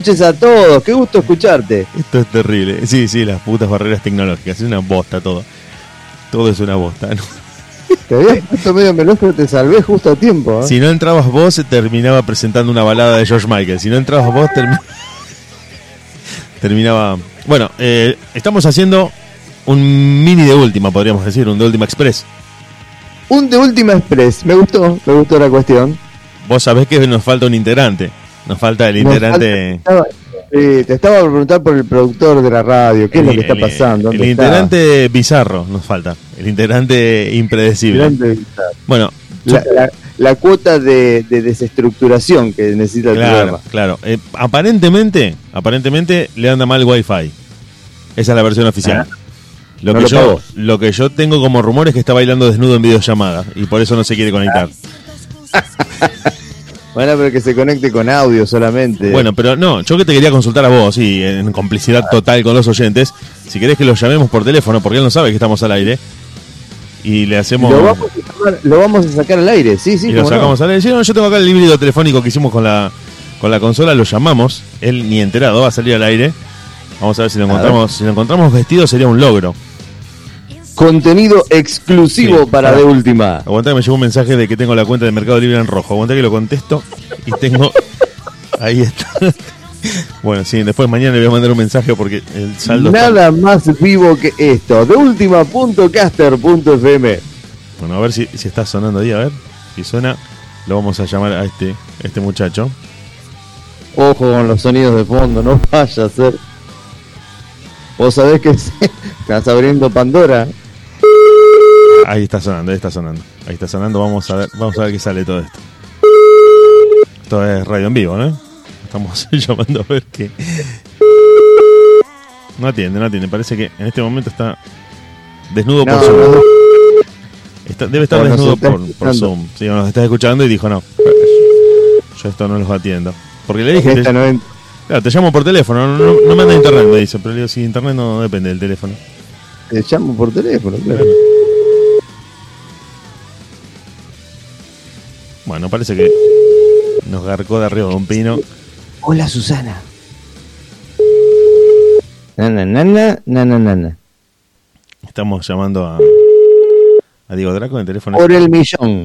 noches a todos, qué gusto escucharte. Esto es terrible. Sí, las putas barreras tecnológicas. Es una bosta todo. Todo es una bosta, ¿no? Te habías puesto medio meloso, pero te salvé justo a tiempo, ¿eh? Si no entrabas vos, terminaba presentando una balada de George Michael. Si no entrabas vos, terminaba... Bueno, estamos haciendo un mini de última, podríamos decir, un de última express. Un de última express, me gustó la cuestión. Vos sabés que nos falta un integrante. Nos falta el integrante... te estaba por preguntar por el productor de la radio, qué es lo que está pasando. El integrante bizarro nos falta, el integrante impredecible. Bueno, la cuota de desestructuración que necesita el programa. Claro, aparentemente le anda mal Wi-Fi. Esa es la versión oficial. Lo que yo tengo como rumor es que está bailando desnudo en videollamada y por eso no se quiere conectar. Bueno, pero que se conecte con audio solamente. Bueno, pero no, yo que te quería consultar a vos, y en complicidad total con los oyentes, si querés que los llamemos por teléfono, porque él no sabe que estamos al aire, y le hacemos... Lo vamos a sacar al aire, sí. Y lo sacamos al aire. Sí, no, yo tengo acá el híbrido telefónico que hicimos con la consola, lo llamamos, él ni enterado, va a salir al aire. Vamos a ver si lo encontramos. Si lo encontramos vestido sería un logro. Contenido exclusivo para de última. Aguantá que me llegó un mensaje de que tengo la cuenta de Mercado Libre en rojo. Aguantá que lo contesto y tengo... Ahí está. Bueno, sí, después mañana le voy a mandar un mensaje porque el saldo... Nada más vivo que esto. De última.caster.fm. Bueno, a ver si está sonando ahí, a ver. Si suena, lo vamos a llamar a este muchacho. Ojo con los sonidos de fondo, no vaya a ser... Vos sabés que estás abriendo Pandora. Ahí está sonando. Vamos a ver qué sale todo esto. Esto es radio en vivo, ¿no? Estamos llamando a ver qué. No atiende. Parece que en este momento está desnudo por Zoom. Debe estar desnudo por Zoom. Sí, nos está escuchando y dijo no. Yo esto no los atiendo. Porque le dije. Claro, te llamo por teléfono, no me anda internet, me dice, pero le digo, si internet no depende del teléfono. Te llamo por teléfono, claro. Bueno, parece que nos garcó de arriba de un pino. Hola, Susana. Nana. Estamos llamando a Diego Draco en el teléfono. Por el millón.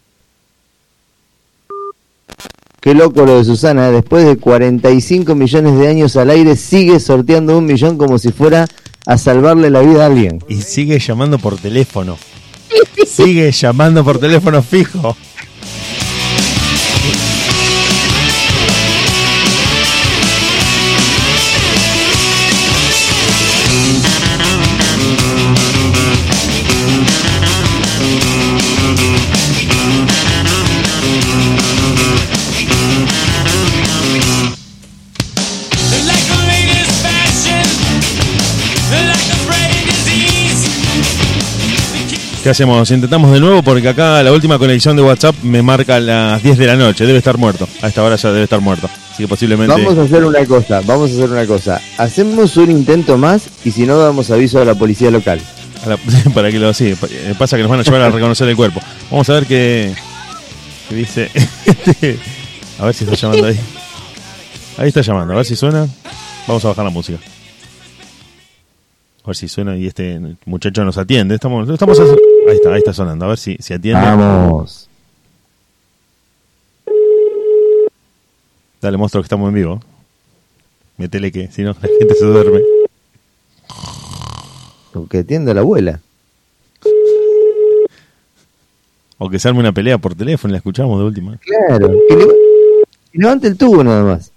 Qué loco lo de Susana, después de 45 millones de años al aire sigue sorteando 1 millón como si fuera a salvarle la vida a alguien. Y sigue llamando por teléfono. Sigue llamando por teléfono fijo. ¿Qué hacemos? Intentamos de nuevo porque acá la última conexión de WhatsApp me marca las 10 de la noche. Debe estar muerto. A esta hora ya debe estar muerto. Así que posiblemente... Vamos a hacer una cosa. Hacemos un intento más y si no damos aviso a la policía local. Para que lo... Sí, pasa que nos van a llevar a reconocer el cuerpo. Vamos a ver qué dice... A ver si está llamando ahí. Ahí está llamando. A ver si suena. Vamos a bajar la música. A ver si suena y este muchacho nos atiende. Ahí está sonando. A ver si atiende. Vamos. Dale, monstruo, que estamos en vivo. Métele que, si no, la gente se duerme. O que atienda la abuela. O que se arme una pelea por teléfono y la escuchamos de última. Claro. Que levante el tubo nada más.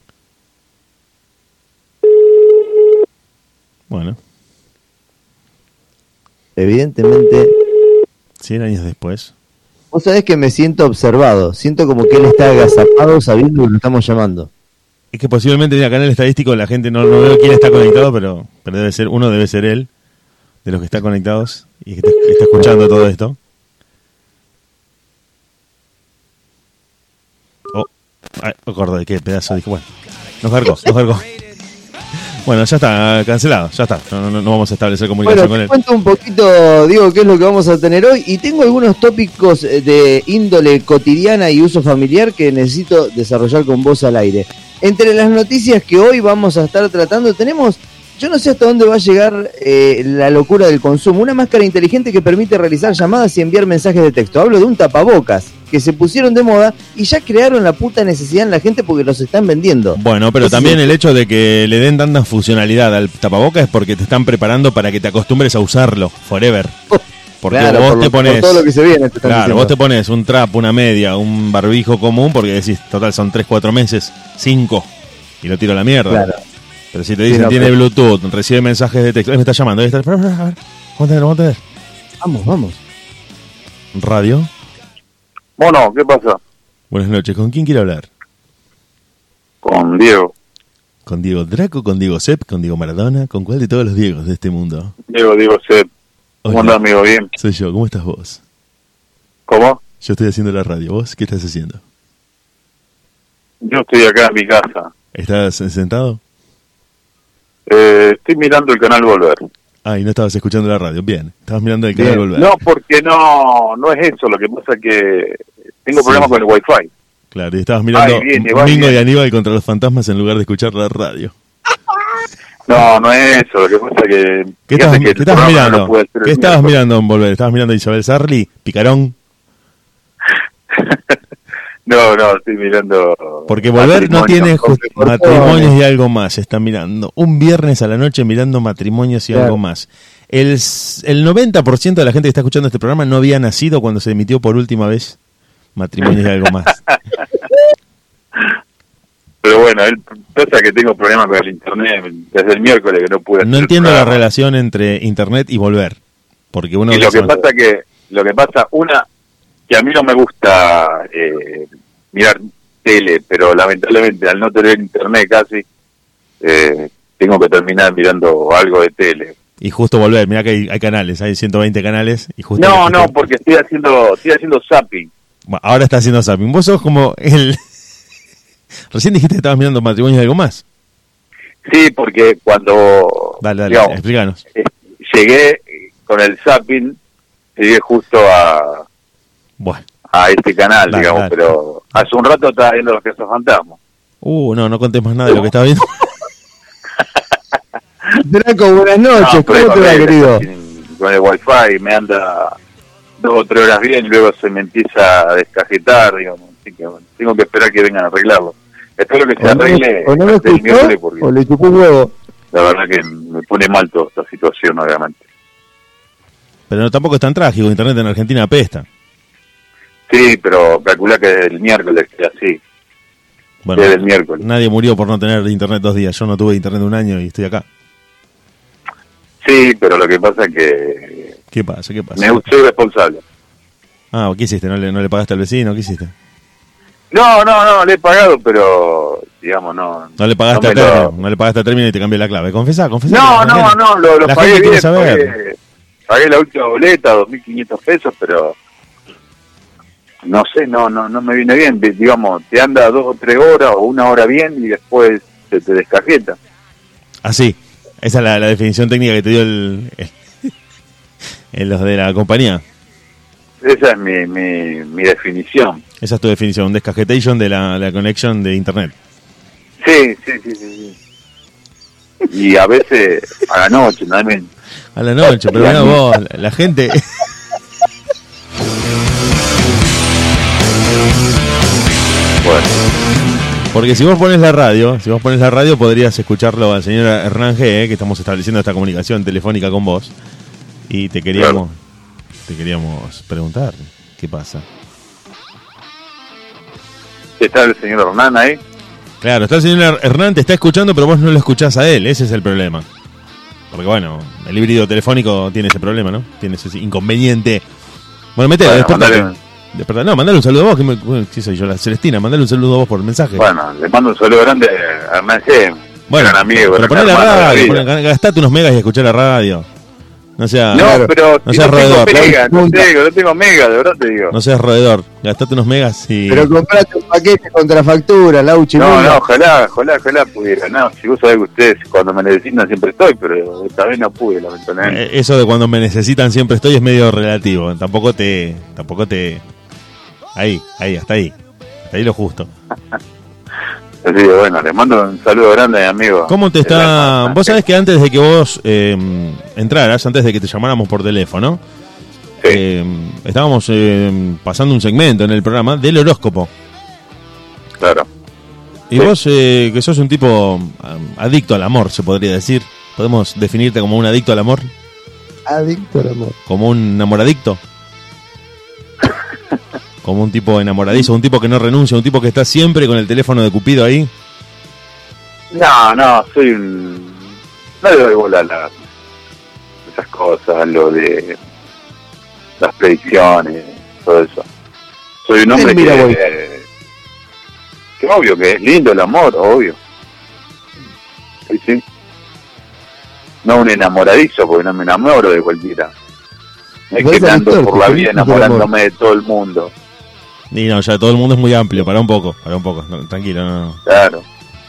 Bueno. Evidentemente 100 años después. Vos sabés que me siento observado. Siento como que él está agazapado sabiendo que lo estamos llamando. Es que posiblemente en el canal estadístico la gente no ve quién está conectado, pero debe ser él, de los que están conectados y que está escuchando todo esto. Acordé, qué pedazo, dije, bueno, nos cargó. Bueno, ya está, cancelado, ya está. No vamos a establecer comunicación con él. Cuento un poquito, Diego, qué es lo que vamos a tener hoy. Y tengo algunos tópicos de índole cotidiana y uso familiar que necesito desarrollar con vos al aire. entre las noticias que hoy vamos a estar tratando, tenemos, yo no sé hasta dónde va a llegar la locura del consumo, una máscara inteligente que permite realizar llamadas y enviar mensajes de texto. Hablo de un tapabocas, que se pusieron de moda y ya crearon la puta necesidad en la gente porque los están vendiendo. Bueno, pero también el hecho de que le den tanta funcionalidad al tapabocas es porque te están preparando para que te acostumbres a usarlo forever. Porque claro, vos te pones, por todo lo que se viene, claro, vos te pones un trap, una media, un barbijo común porque decís, total, son 3-4 meses, 5, y lo tiro a la mierda. Claro. Pero si te dicen, tiene Bluetooth, recibe mensajes de texto, me está llamando, ahí está, a ver, vamos a ver. Vamos. Radio. Bueno, ¿qué pasa? Buenas noches, ¿con quién quiere hablar? Con Diego. ¿Con Diego Draco, con Diego Sepp, con Diego Maradona? ¿Con cuál de todos los Diegos de este mundo? Diego Sepp. ¿Cómo andás, amigo? Bien. Soy yo, ¿cómo estás vos? ¿Cómo? Yo estoy haciendo la radio, ¿vos qué estás haciendo? Yo estoy acá en mi casa. ¿Estás sentado? Estoy mirando el canal Volver. Ah, y no estabas escuchando la radio, bien. Estabas mirando el canal Volver. No, porque no es eso, lo que pasa es que tengo problemas con el Wi-Fi. Claro, y estabas mirando Bingo de Aníbal contra los fantasmas en lugar de escuchar la radio. No es eso, lo que pasa es que... ¿Qué estabas mirando? ¿Qué estabas mirando en Volver? ¿Estabas mirando a Isabel Sarli? ¿Picarón? No, estoy mirando... Porque Volver no tiene matrimonios y algo más, está mirando. Un viernes a la noche mirando matrimonios y algo más. El 90% de la gente que está escuchando este programa no había nacido cuando se emitió por última vez matrimonios y algo más. Pero bueno, él pasa que tengo problemas con el internet desde el miércoles que no pude. No entiendo la relación entre internet y Volver, porque uno. Y lo que pasa que a mí no me gusta mirar tele, pero lamentablemente al no tener internet casi tengo que terminar mirando algo de tele. Y justo Volver, mirá que hay canales, hay 120 canales y justo. No, porque estoy haciendo zapping. Bueno, ahora está haciendo zapping. Vos sos como el. Recién dijiste que estabas mirando matrimonios y algo más. Sí, porque cuando... Dale, digamos, explícanos. Llegué con el zapping, llegué justo a este canal, digamos, pero hace un rato estaba viendo Los Quesos Fantasmas. No contés más nada de lo que estaba viendo. Draco, buenas noches, ¿cómo te va, querido? Con el Wi-Fi me anda 2 o 3 horas bien y luego se me empieza a descajetar, digamos, así que bueno, tengo que esperar que vengan a arreglarlo. Espero que se arregle o no me escuchó, o le chupó un huevo. La verdad que me pone mal toda esta situación, obviamente. Pero tampoco es tan trágico, internet en Argentina apesta. Sí, pero calcula que el miércoles que así. Bueno, desde el miércoles. Nadie murió por no tener internet 2 días. Yo no tuve internet 1 año y estoy acá. Sí, pero lo que pasa es que... ¿Qué pasa? Soy responsable. ¿Qué hiciste? ¿No le pagaste al vecino? ¿Qué hiciste? No, le he pagado, pero digamos, no. No le pagaste a término, no le pagaste a término y te cambié la clave. Confesá. No, lo pagué bien, pagué la última boleta, 2.500 pesos, pero no sé, no me viene bien. Digamos, te anda 2 o 3 horas o 1 hora bien y después se te descajeta. Así, esa es la definición técnica que te dio los de la compañía. Esa es mi definición. Esa es tu definición, un descajetation de la conexión de internet. Sí. Y a veces a la noche también. A la noche, pero mira vos, la gente... Bueno. Porque si vos pones la radio podrías escucharlo al señor Hernán G, que estamos estableciendo esta comunicación telefónica con vos. Y te queríamos preguntar, ¿qué pasa? ¿Está el señor Hernán ahí? Claro, está el señor Hernán, te está escuchando, pero vos no lo escuchás a él, ese es el problema. Porque bueno, el híbrido telefónico tiene ese problema, ¿no? Tiene ese inconveniente. Bueno, despertate. No, mandale un saludo a vos, ¿qué soy yo? La Celestina, mandale un saludo a vos por mensaje. Bueno, le mando un saludo grande a Hernán G. Bueno, amigo, pero poné la radio, gastate unos megas y escuchá la radio. No seas roedor. No tengo mega, de verdad te digo. No seas roedor, gastate unos megas y... Pero comprate un paquete contra factura, Lauchi. Ojalá pudiera. No, si vos sabés que ustedes cuando me necesitan siempre estoy, pero esta vez no pude, lamentablemente. Eso de cuando me necesitan siempre estoy es medio relativo. Tampoco te... Ahí, hasta ahí lo justo. Así que bueno, les mando un saludo grande a mi amigo. ¿Cómo te está? Vos sabés que antes de que vos entraras, antes de que te llamáramos por teléfono, sí. Estábamos pasando un segmento en el programa del horóscopo. Claro. Y sí. Vos, que sos un tipo adicto al amor, se podría decir. ¿Podemos definirte como un adicto al amor? Adicto al amor. ¿Como un enamoradicto? Como un tipo enamoradizo, un tipo que no renuncia, un tipo que está siempre con el teléfono de Cupido ahí. No, soy un... No le doy bola a esas cosas, lo de las predicciones, todo eso. Soy un hombre que obvio que es lindo el amor, obvio. Sí. No un enamoradizo, porque no me enamoro de cualquiera. Es que ando por la vida enamorándome de todo el mundo. Y no, ya todo el mundo es muy amplio, para un poco, no, tranquilo, no. Claro.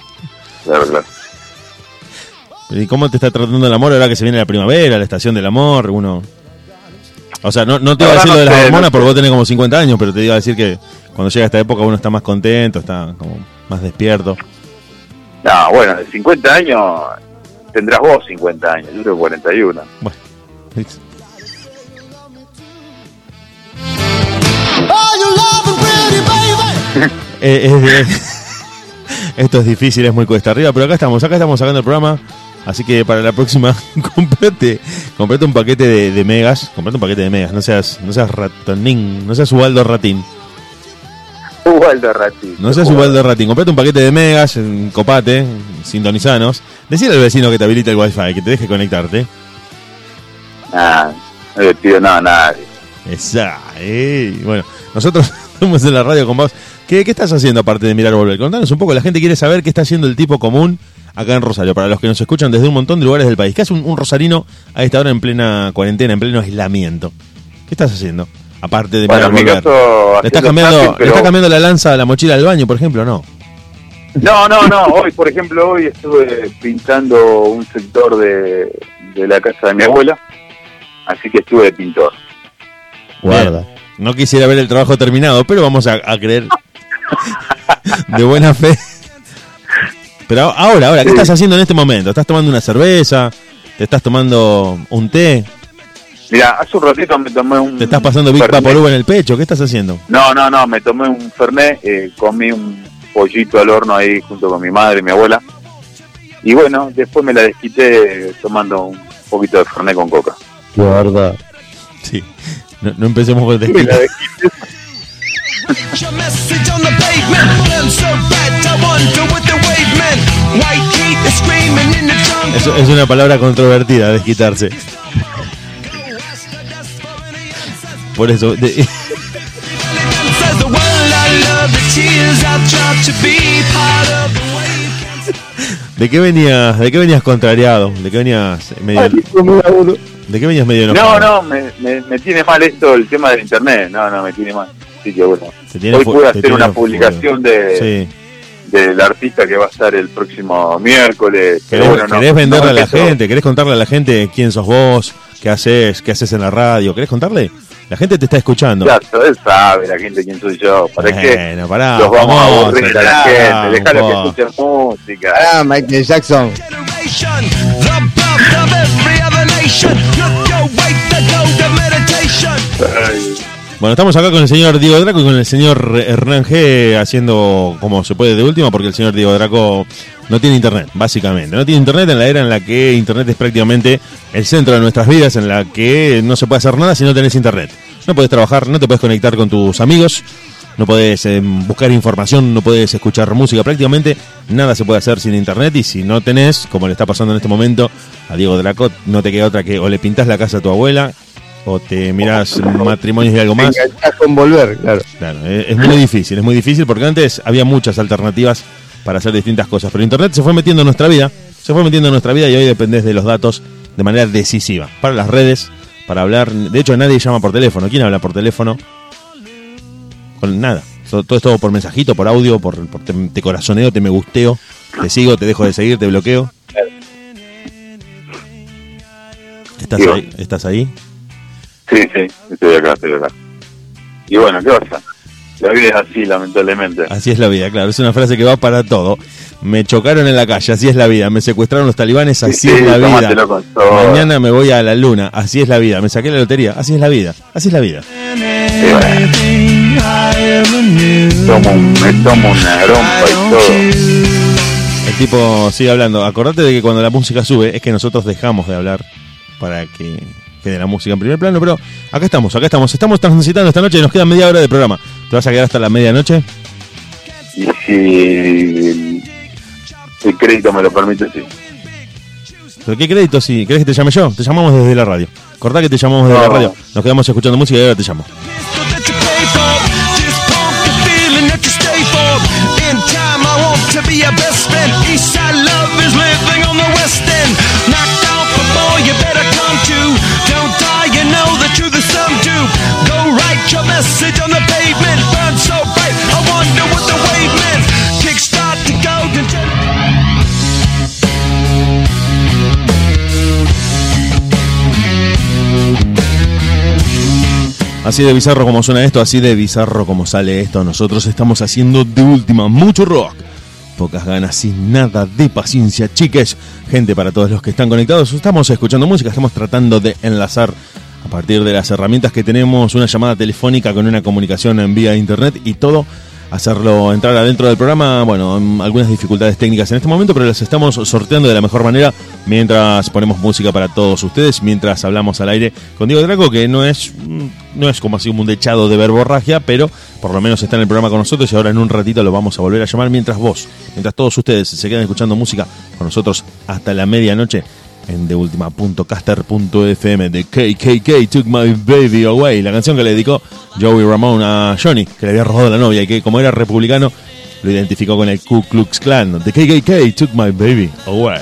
¿Y cómo te está tratando el amor ahora que se viene la primavera, la estación del amor? O sea, no te iba a decir lo de las hormonas porque vos tenés como 50 años, pero te iba a decir que cuando llega esta época uno está más contento, está como más despierto. No, bueno, de 50 años tendrás vos 50 años, yo tengo 41. Bueno, esto es difícil, es muy cuesta arriba, pero acá estamos sacando el programa, así que para la próxima comprate un paquete de megas, no seas ratonín, no seas Ubaldo Ratín. No seas Ubaldo Ratín, comprate un paquete de megas, copate, sintonizanos, decile al vecino que te habilite el wifi, que te deje conectarte. Tío, nadie. Bueno, nosotros estamos en la radio con vos. ¿Qué estás haciendo aparte de mirar volver? Contanos un poco, la gente quiere saber qué está haciendo el tipo común acá en Rosario, para los que nos escuchan desde un montón de lugares del país. ¿Qué hace un rosarino a esta hora en plena cuarentena, en pleno aislamiento? ¿Qué estás haciendo? Aparte de mirar volver. ¿Le estás cambiando la lanza a la mochila del baño, por ejemplo, no? No. Hoy estuve pintando un sector de la casa de mi abuela, así que estuve de pintor. Guarda. No quisiera ver el trabajo terminado, pero vamos a creer de buena fe. Pero ahora, ¿qué estás haciendo en este momento? ¿Estás tomando una cerveza? ¿Te estás tomando un té? Mira, hace un ratito me tomé un... ¿Te estás pasando Big Vaporub en el pecho? ¿Qué estás haciendo? No, me tomé un Fernet, comí un pollito al horno ahí junto con mi madre y mi abuela. Y bueno, después me la desquité tomando un poquito de Fernet con coca. Guarda. Sí. No empecemos con el desquite. Es una palabra controvertida, desquitarse. Por eso. ¿De qué venías contrariado? ¿De qué venías medio? ¿De qué venías medio enojado? Me tiene mal esto, el tema del internet. No, me tiene mal. Así que bueno. Hoy pude hacer una publicación del artista que va a estar el próximo miércoles. ¿Querés venderle a la gente? ¿Querés contarle a la gente quién sos vos? ¿Qué haces en la radio? ¿Querés contarle? La gente te está escuchando. Claro, él sabe la gente quién soy yo. ¿Para qué los vamos a aburrir a la gente? Dejalo que escuchen música. Michael Jackson. Bueno, estamos acá con el señor Diego Draco y con el señor Hernán G haciendo como se puede de última, porque el señor Diego Draco no tiene internet, básicamente. No tiene internet en la era en la que internet es prácticamente el centro de nuestras vidas, en la que no se puede hacer nada si no tenés internet. No podés trabajar, no te podés conectar con tus amigos, no podés buscar información, no podés escuchar música, prácticamente nada se puede hacer sin internet. Y si no tenés, como le está pasando en este momento a Diego Draco, no te queda otra que o le pintás la casa a tu abuela o te mirás matrimonios y algo más. Con volver, claro. Es muy difícil porque antes había muchas alternativas para hacer distintas cosas, pero internet se fue metiendo en nuestra vida y hoy dependés de los datos de manera decisiva, para las redes, para hablar. De hecho nadie llama por teléfono. ¿Quién habla por teléfono? Con nada, todo es todo por mensajito, por audio, por te corazoneo, te me gusteo, te sigo, te dejo de seguir, te bloqueo. ¿Estás ahí? Sí, estoy acá. Y bueno, ¿qué pasa? La vida es así, lamentablemente. Así es la vida, claro. Es una frase que va para todo. Me chocaron en la calle, así es la vida. Me secuestraron los talibanes, así es la vida. Mañana me voy a la luna, así es la vida. Me saqué la lotería, así es la vida. Así es la vida. Me tomo una grompa y todo. El tipo sigue hablando. Acordate de que cuando la música sube es que nosotros dejamos de hablar para que quede la música en primer plano, pero acá estamos. Estamos transitando esta noche y nos queda media hora de programa. ¿Te vas a quedar hasta la medianoche? Y si el crédito me lo permite, sí. ¿Pero qué crédito? Si querés que te llame yo, te llamamos desde la radio. Acordá que te llamamos desde la radio. Nos quedamos escuchando música y ahora te llamo. Así de bizarro como suena esto, así de bizarro como sale esto, nosotros estamos haciendo de última mucho rock, pocas ganas y nada de paciencia, chiques. Gente, para todos los que están conectados, estamos escuchando música, estamos tratando de enlazar a partir de las herramientas que tenemos, una llamada telefónica con una comunicación en vía internet y todo, hacerlo entrar adentro del programa. Bueno, algunas dificultades técnicas en este momento, pero las estamos sorteando de la mejor manera mientras ponemos música para todos ustedes, mientras hablamos al aire con Diego Draco, que no es como así un dechado de verborragia, pero por lo menos está en el programa con nosotros y ahora en un ratito lo vamos a volver a llamar mientras todos ustedes se quedan escuchando música con nosotros hasta la medianoche en deultima.caster.fm de KKK Took My Baby Away, la canción que le dedicó Joey Ramone a Johnny, que le había robado la novia y que como era republicano lo identificó con el Ku Klux Klan. The KKK Took My Baby Away.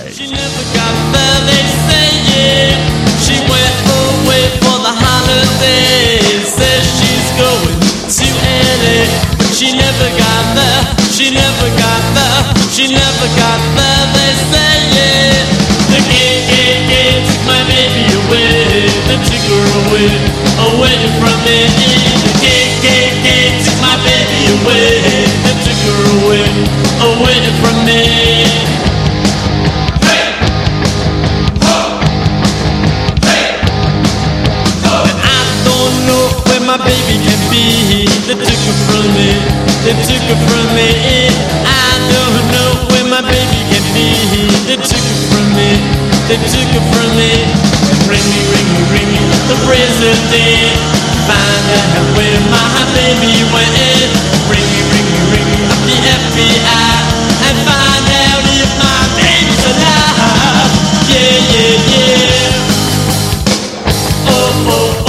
Away from me, the KKK took my baby away. They took her away from me. Hey, ho, hey, ho. And I don't know where my baby can be. They took her from me. They took her from me. I don't know where my baby can be. They took her from me. They took her from me. Ring me, the president. Find out where my baby went. Ring me, up the FBI. And find out if my baby's alive. Yeah. Oh.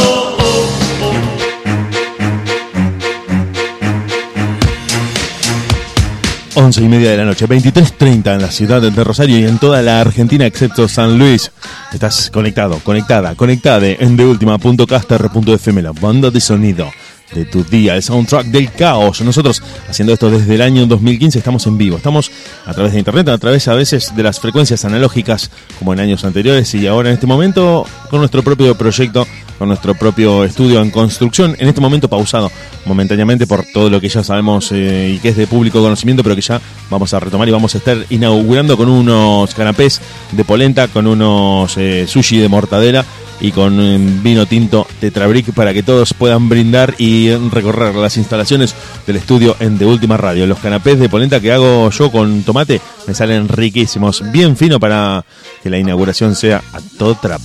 11:30 de la noche, 23:30 en la ciudad de Rosario y en toda la Argentina excepto San Luis. Estás conectada en deultima.caster.fm, la banda de sonido de tu día, el soundtrack del caos. Nosotros haciendo esto desde el año 2015, estamos en vivo, estamos a través de internet, a través a veces de las frecuencias analógicas como en años anteriores y ahora en este momento con nuestro propio proyecto, con nuestro propio estudio en construcción, en este momento pausado momentáneamente por todo lo que ya sabemos y que es de público conocimiento, pero que ya vamos a retomar y vamos a estar inaugurando con unos canapés de polenta, con unos sushi de mortadela y con vino tinto Tetrabric para que todos puedan brindar y recorrer las instalaciones del estudio en De Última Radio. Los canapés de polenta que hago yo con tomate me salen riquísimos, bien fino para que la inauguración sea a todo trapo.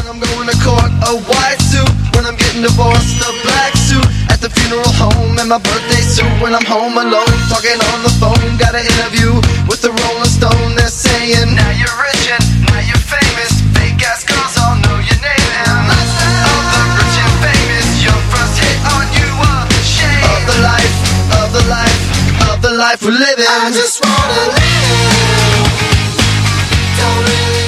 The life we're living. I just wanna live. Don't really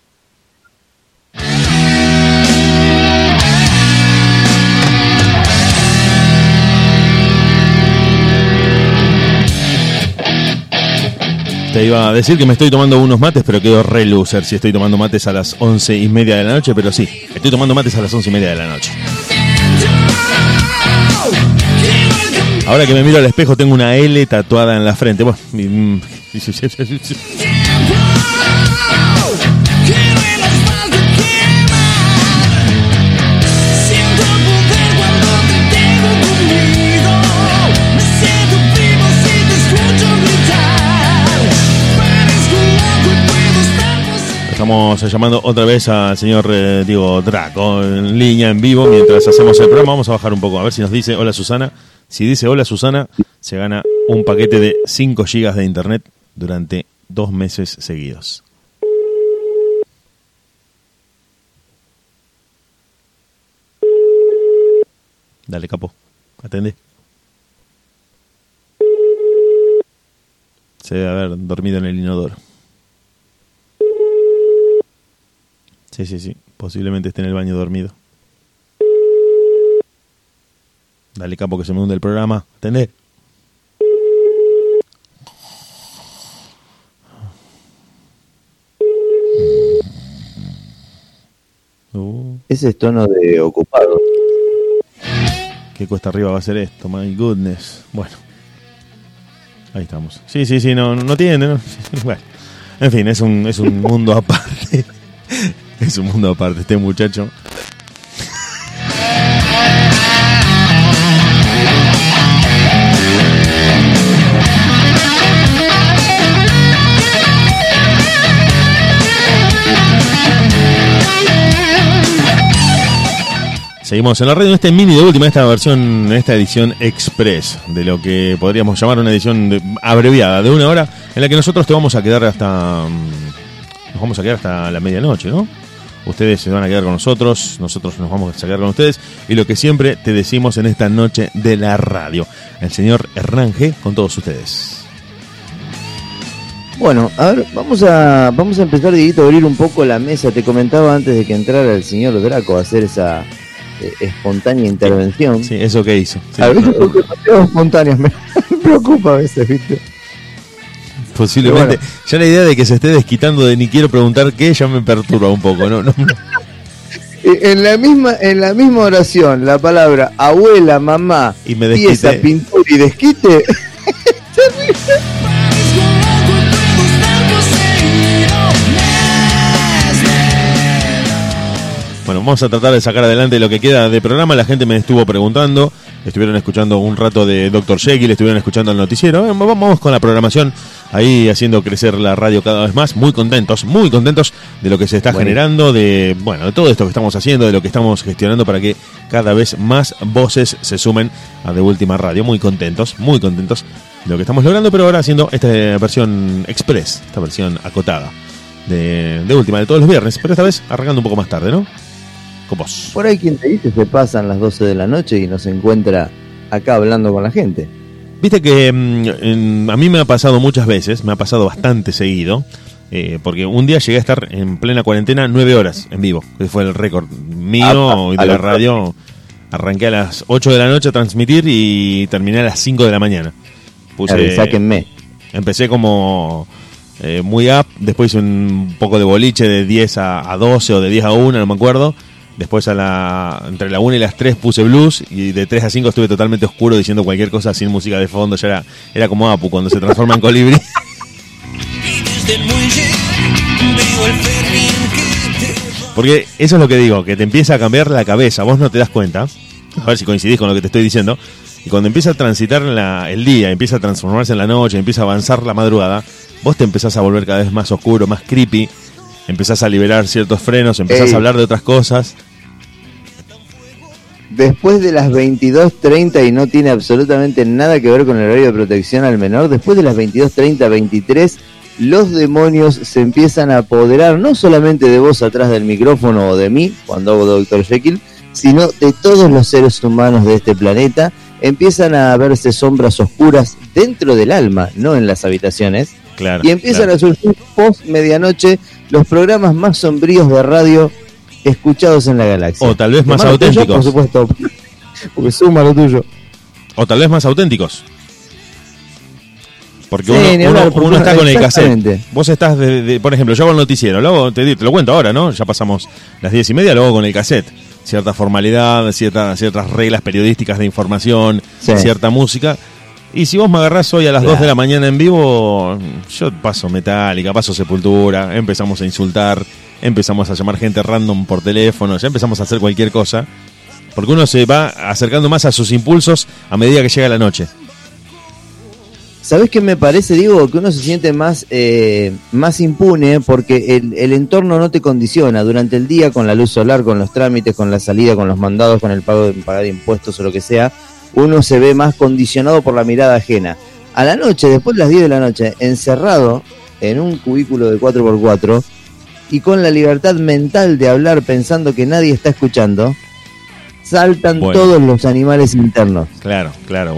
care. Te iba a decir que me estoy tomando unos mates, pero quedo re loser si estoy tomando mates a las 11:30 de la noche, pero sí, estoy tomando mates a las 11:30 de la noche. Ahora que me miro al espejo tengo una L tatuada en la frente. Bueno, estamos llamando otra vez al señor Diego Draco en línea, en vivo, mientras hacemos el programa. Vamos a bajar un poco, a ver si nos dice hola Susana. Si dice hola Susana, se gana un paquete de 5 gigas de internet durante 2 meses seguidos. Dale, capo, atende. Se debe haber dormido en el inodoro. Sí, posiblemente esté en el baño dormido. Dale, capo, que se me hunde el programa. ¿Entendés? Ese es tono de ocupado. ¿Qué cuesta arriba va a ser esto? My goodness. Bueno. Ahí estamos. Sí, no tiene, ¿no? Bueno. En fin, es un mundo aparte. Es un mundo aparte este muchacho. Seguimos en la radio en este mini de última, en esta edición express, de lo que podríamos llamar una edición abreviada de 1 hora, en la que nosotros te vamos a quedar hasta la medianoche, ¿no? Ustedes se van a quedar con nosotros nos vamos a quedar con ustedes, y lo que siempre te decimos en esta noche de la radio, el señor Hernán G con todos ustedes. Bueno, a ver, vamos a empezar, Dieguito, a abrir un poco la mesa. Te comentaba antes de que entrara el señor Draco a hacer esa espontánea intervención. Sí, eso que hizo. Sí. A veces porque demasiado espontáneas me preocupa a veces, ¿viste? Posiblemente. Bueno. Ya la idea de que se esté desquitando de ni quiero preguntar qué ya me perturba un poco, ¿no? En la misma oración, la palabra abuela, mamá, y me pieza, pintura y desquite. Bueno, vamos a tratar de sacar adelante lo que queda de programa. La gente me estuvo preguntando, estuvieron escuchando un rato de Dr. Jekyll, estuvieron escuchando el noticiero. Vamos con la programación ahí haciendo crecer la radio cada vez más. Muy contentos de lo que se está generando, de todo esto que estamos haciendo, de lo que estamos gestionando para que cada vez más voces se sumen a De Última Radio. Muy contentos de lo que estamos logrando, pero ahora haciendo esta versión express, esta versión acotada de Última, de todos los viernes, pero esta vez arrancando un poco más tarde, ¿no? Con vos. Por ahí quien te dice se pasan las 12 de la noche y no se encuentra acá hablando con la gente. Viste que a mí me ha pasado muchas veces, me ha pasado bastante seguido, porque un día llegué a estar en plena cuarentena 9 horas en vivo, que fue el récord mío y de la radio. Arranqué a las 8 de la noche a transmitir y terminé a las 5 de la mañana. Sáquenme. Empecé como muy up, después hice un poco de boliche de 10 a 12 o de 10 a 1, no me acuerdo. Después entre la 1 y las 3 puse blues, y de 3 a 5 estuve totalmente oscuro diciendo cualquier cosa sin música de fondo. Ya era como Apu cuando se transforma en colibrí. Porque eso es lo que digo, que te empieza a cambiar la cabeza, vos no te das cuenta. A ver si coincidís con lo que te estoy diciendo. Y cuando empieza a transitar el día, empieza a transformarse en la noche, empieza a avanzar la madrugada, vos te empezás a volver cada vez más oscuro, más creepy, empezás a liberar ciertos frenos, empezás a hablar de otras cosas. Después de las 22:30, y no tiene absolutamente nada que ver con el horario de protección al menor, después de las 22:30, 23, los demonios se empiezan a apoderar no solamente de vos atrás del micrófono o de mí, cuando hago Dr. Jekyll, sino de todos los seres humanos de este planeta. Empiezan a verse sombras oscuras dentro del alma, no en las habitaciones. Claro, y empiezan a surgir post medianoche los programas más sombríos de radio escuchados en la galaxia. O tal vez más auténticos. Tuyo, por supuesto, porque suma lo tuyo. O tal vez más auténticos. Porque uno está con el cassette. Vos estás, por ejemplo, yo hago el noticiero, te lo cuento ahora, ¿no? Ya pasamos las 10:30, lo hago con el cassette. cierta formalidad, ciertas reglas periodísticas de información, cierta música. Y si vos me agarrás hoy a las 2 de la mañana en vivo, yo paso Metallica, paso Sepultura, empezamos a insultar, empezamos a llamar gente random por teléfono, ya empezamos a hacer cualquier cosa, porque uno se va acercando más a sus impulsos a medida que llega la noche. ¿Sabés qué me parece, Diego? Que uno se siente más impune porque el entorno no te condiciona. Durante el día, con la luz solar, con los trámites, con la salida, con los mandados, con el pago de pagar impuestos o lo que sea, uno se ve más condicionado por la mirada ajena. A la noche, después de las 10 de la noche, encerrado en un cubículo de 4x4 y con la libertad mental de hablar pensando que nadie está escuchando, saltan todos los animales internos. Claro.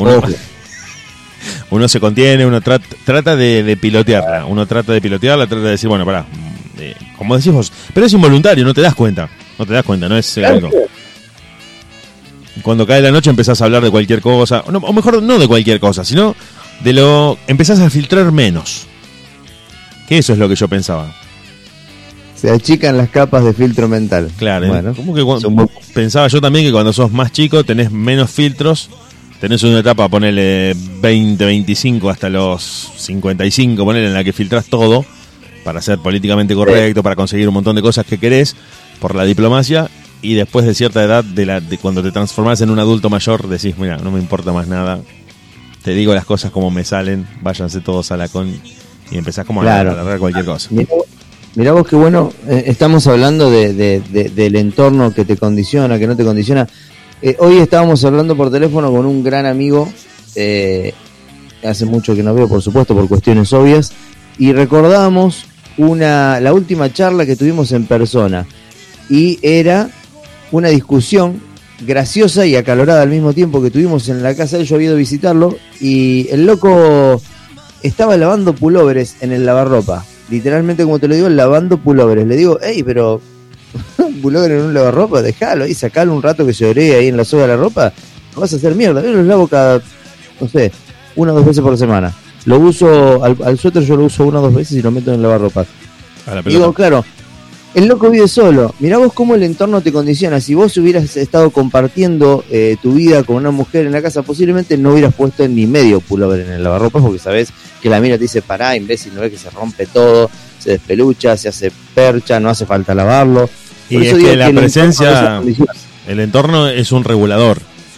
Uno se contiene, uno trata de pilotearla. Uno trata de pilotearla, trata de decir, bueno, pará, como decís vos, pero es involuntario, no te das cuenta, no es algo. Cuando cae la noche empezás a hablar de cualquier cosa, o mejor no de cualquier cosa, sino empezás a filtrar menos. Que eso es lo que yo pensaba. Se achican las capas de filtro mental. Claro, bueno, como que pensaba yo también que cuando sos más chico tenés menos filtros, tenés una etapa, ponele 20, 25 hasta los 55, ponele, en la que filtrás todo para ser políticamente correcto, para conseguir un montón de cosas que querés por la diplomacia. Y después de cierta edad, de cuando te transformás en un adulto mayor, decís, mira, no me importa más nada, te digo las cosas como me salen, váyanse todos a la con... Y empezás como a agarrar cualquier cosa. Mirá vos qué bueno, estamos hablando del entorno que te condiciona, que no te condiciona. Hoy estábamos hablando por teléfono con un gran amigo, hace mucho que no veo, por supuesto, por cuestiones obvias, y recordamos la última charla que tuvimos en persona, y era una discusión graciosa y acalorada al mismo tiempo que tuvimos en la casa de él. Yo había ido a visitarlo y el loco estaba lavando pulóveres en el lavarropa, literalmente, como te lo digo, lavando pulóveres. Le digo, hey, pero pulóver en un lavarropa, déjalo ahí, sacalo un rato que se ore ahí en la soga de la ropa, no vas a hacer mierda. Yo los lavo cada, no sé, 1 o 2 veces por semana. Lo uso, al suéter yo lo uso 1 o 2 veces y lo meto en el lavarropa. Digo, claro, el loco vive solo. Mirá vos cómo el entorno te condiciona. Si vos hubieras estado compartiendo tu vida con una mujer en la casa, posiblemente no hubieras puesto ni medio pullover en el lavarropas, porque sabés que la mina te dice, pará, imbécil, no ves que se rompe todo, se despelucha, se hace percha, no hace falta lavarlo. Y es que la presencia, el entorno es un regulador.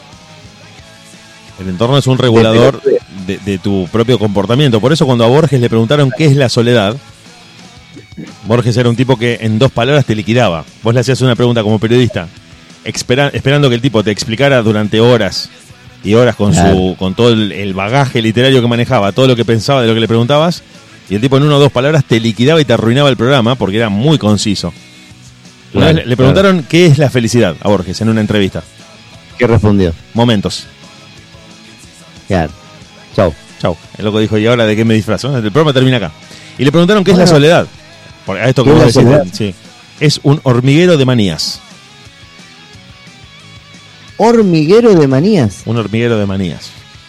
El entorno es un regulador de tu propio comportamiento. Por eso cuando a Borges le preguntaron qué es la soledad, Borges era un tipo que en 2 palabras te liquidaba. Vos le hacías una pregunta como periodista, esperando que el tipo te explicara durante horas y horas con todo el bagaje literario que manejaba, todo lo que pensaba de lo que le preguntabas, y el tipo en 1 o 2 palabras te liquidaba y te arruinaba el programa porque era muy conciso. Una vez le preguntaron qué es la felicidad a Borges en una entrevista. ¿Qué respondió? Momentos. Claro. Chau. El loco dijo, ¿y ahora de qué me disfrazo? El programa termina acá. Y le preguntaron qué es la soledad. A esto que vos decís, sí. Es un hormiguero de manías. ¿Hormiguero de manías? Un hormiguero de manías.